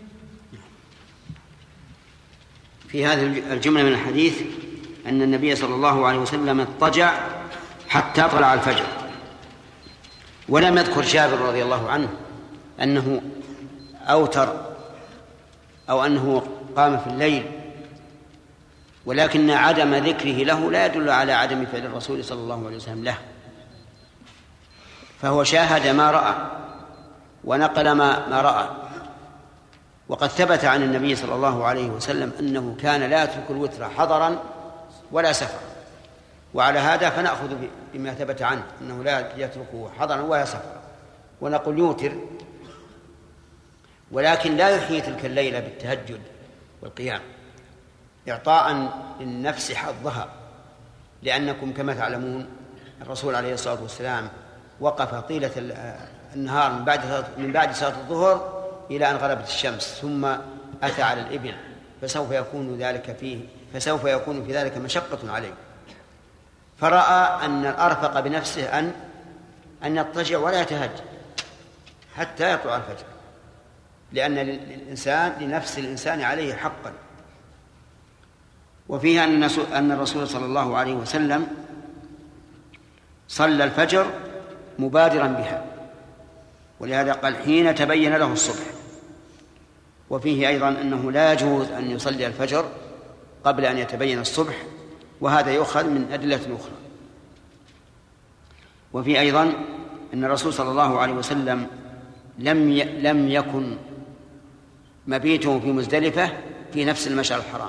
في هذه الجملة من الحديث أن النبي صلى الله عليه وسلم اضطجع حتى طلع الفجر، ولم يذكر جابر رضي الله عنه أنه أوتر أو أنه قام في الليل، ولكن عدم ذكره له لا يدل على عدم فعل الرسول صلى الله عليه وسلم له، فهو شاهد ما رأى ونقل ما رأى. وقد ثبت عن النبي صلى الله عليه وسلم أنه كان لا يترك الوتر حضرا ولا سفرا، وعلى هذا فنأخذ بما ثبت عنه أنه لا يتركه حضرا ولا سفرا ونقول يوتر، ولكن لا يحيي تلك الليلة بالتهجد والقيام إعطاء للنفس حظها، لأنكم كما تعلمون الرسول عليه الصلاة والسلام وقف طيلة النهار من بعد صلاة الظهر إلى أن غربت الشمس، ثم أتى على الإبل، فسوف يكون في ذلك مشقة عليه، فرأى أن الأرفق بنفسه أن يضطجع ولا يتهجد حتى يطلع الفجر، لأن لنفس الإنسان عليه حقا. وفيها أن الرسول صلى الله عليه وسلم صلى الفجر مبادرا بها، ولهذا قال حين تبين له الصبح. وفيه أيضا أنه لا يجوز أن يصلي الفجر قبل أن يتبين الصبح، وهذا يؤخذ من أدلة أخرى. وفيه أيضا أن الرسول صلى الله عليه وسلم لم يكن مبيته في مزدلفة في نفس المشعر الحرام،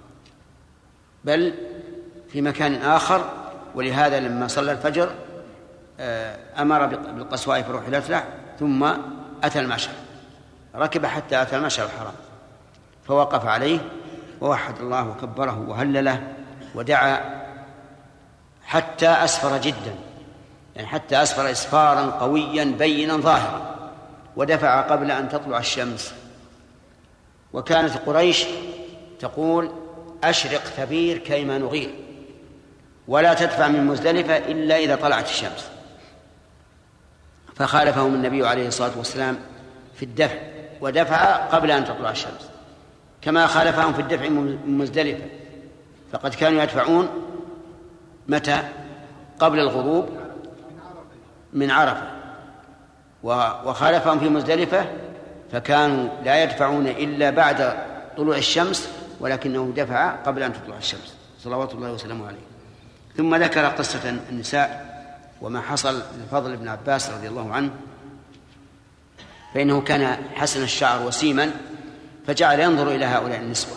بل في مكان آخر، ولهذا لما صلى الفجر أمر بالقصواء فرحلت له، ثم أتى المشعر، ركب حتى أتى المشعر الحرام فوقف عليه ووحد الله وكبره وهلله ودعا حتى أسفر جدا، يعني حتى أسفر إسفارا قويا بينا ظاهرا، ودفع قبل أن تطلع الشمس. وكانت قريش تقول أشرق ثبير كيما نغير، ولا تدفع من مزدلفة إلا إذا طلعت الشمس، فخالفهم النبي عليه الصلاة والسلام في الدفع، ودفع قبل أن تطلع الشمس، كما خالفهم في الدفع من مزدلفة، فقد كانوا يدفعون متى؟ قبل الغروب من عرفة، وخالفهم في مزدلفة فكانوا لا يدفعون إلا بعد طلوع الشمس، ولكنه دفع قبل أن تطلع الشمس صلوات الله وسلامه عليه. ثم ذكر قصة النساء وما حصل للفضل بن عباس رضي الله عنه، فإنه كان حسن الشعر وسيما، فجعل ينظر إلى هؤلاء النسوة،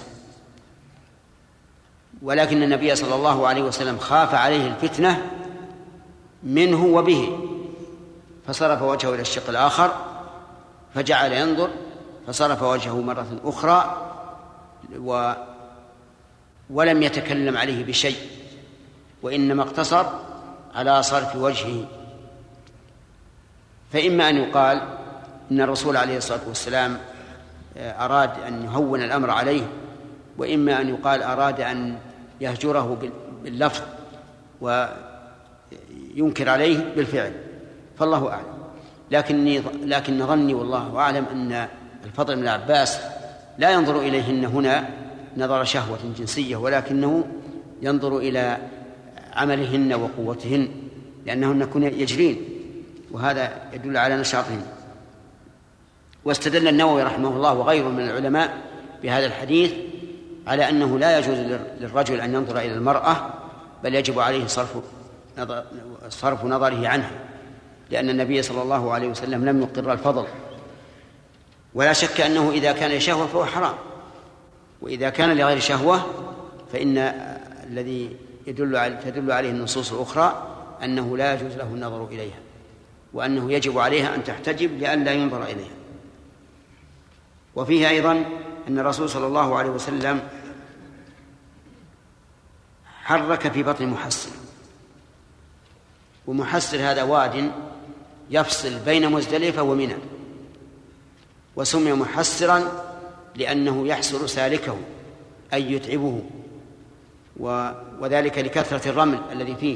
ولكن النبي صلى الله عليه وسلم خاف عليه الفتنة منه وبه، فصرف وجهه إلى الشق الآخر فجعل ينظر، فصرف وجهه مرة أخرى ولم يتكلم عليه بشيء، وإنما اقتصر على صرف وجهه. فإما أن يقال إن الرسول عليه الصلاة والسلام أراد أن يهون الأمر عليه، وإما أن يقال أراد أن يهجره باللفظ وينكر عليه بالفعل، فالله أعلم. لكن ظني والله أعلم أن الفضل بن عباس لا ينظر إليهن هنا نظر شهوة جنسية، ولكنه ينظر إلى عملهن وقوتهن، لأنهن كن يجرين، وهذا يدل على نشاطهن. واستدل النووي رحمه الله وغيره من العلماء بهذا الحديث على أنه لا يجوز للرجل أن ينظر إلى المرأة، بل يجب عليه صرف نظره عنها، لأن النبي صلى الله عليه وسلم لم يقر الفضل. ولا شك أنه إذا كان لشهوة فهو حرام، وإذا كان لغير شهوة فإن الذي تدل عليه النصوص الأخرى أنه لا يجوز له النظر إليها، وأنه يجب عليها أن تحتجب لئلا ينظر إليها. وفيه أيضا أن الرسول صلى الله عليه وسلم حرك في بطن محصر، ومحصر هذا واد يفصل بين مزدلفة ومنى، وسمي محسرا لأنه يحسر سالكه أي يتعبه، وذلك لكثرة الرمل الذي فيه.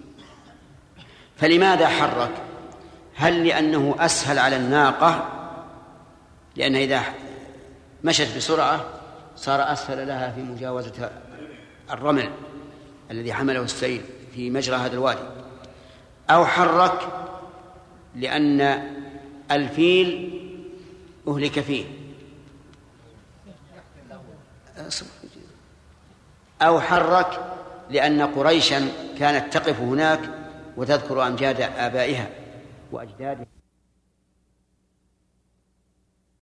فلماذا حرك؟ هل لأنه أسهل على الناقة، لأن إذا مشت بسرعة صار أسهل لها في مجاوزة الرمل الذي حمله السيل في مجرى هذا الوادي، أو حرك لأن الفيل أهلك فيه، أو حرك لأن قريشا كانت تقف هناك وتذكر أمجاد آبائها وأجدادها.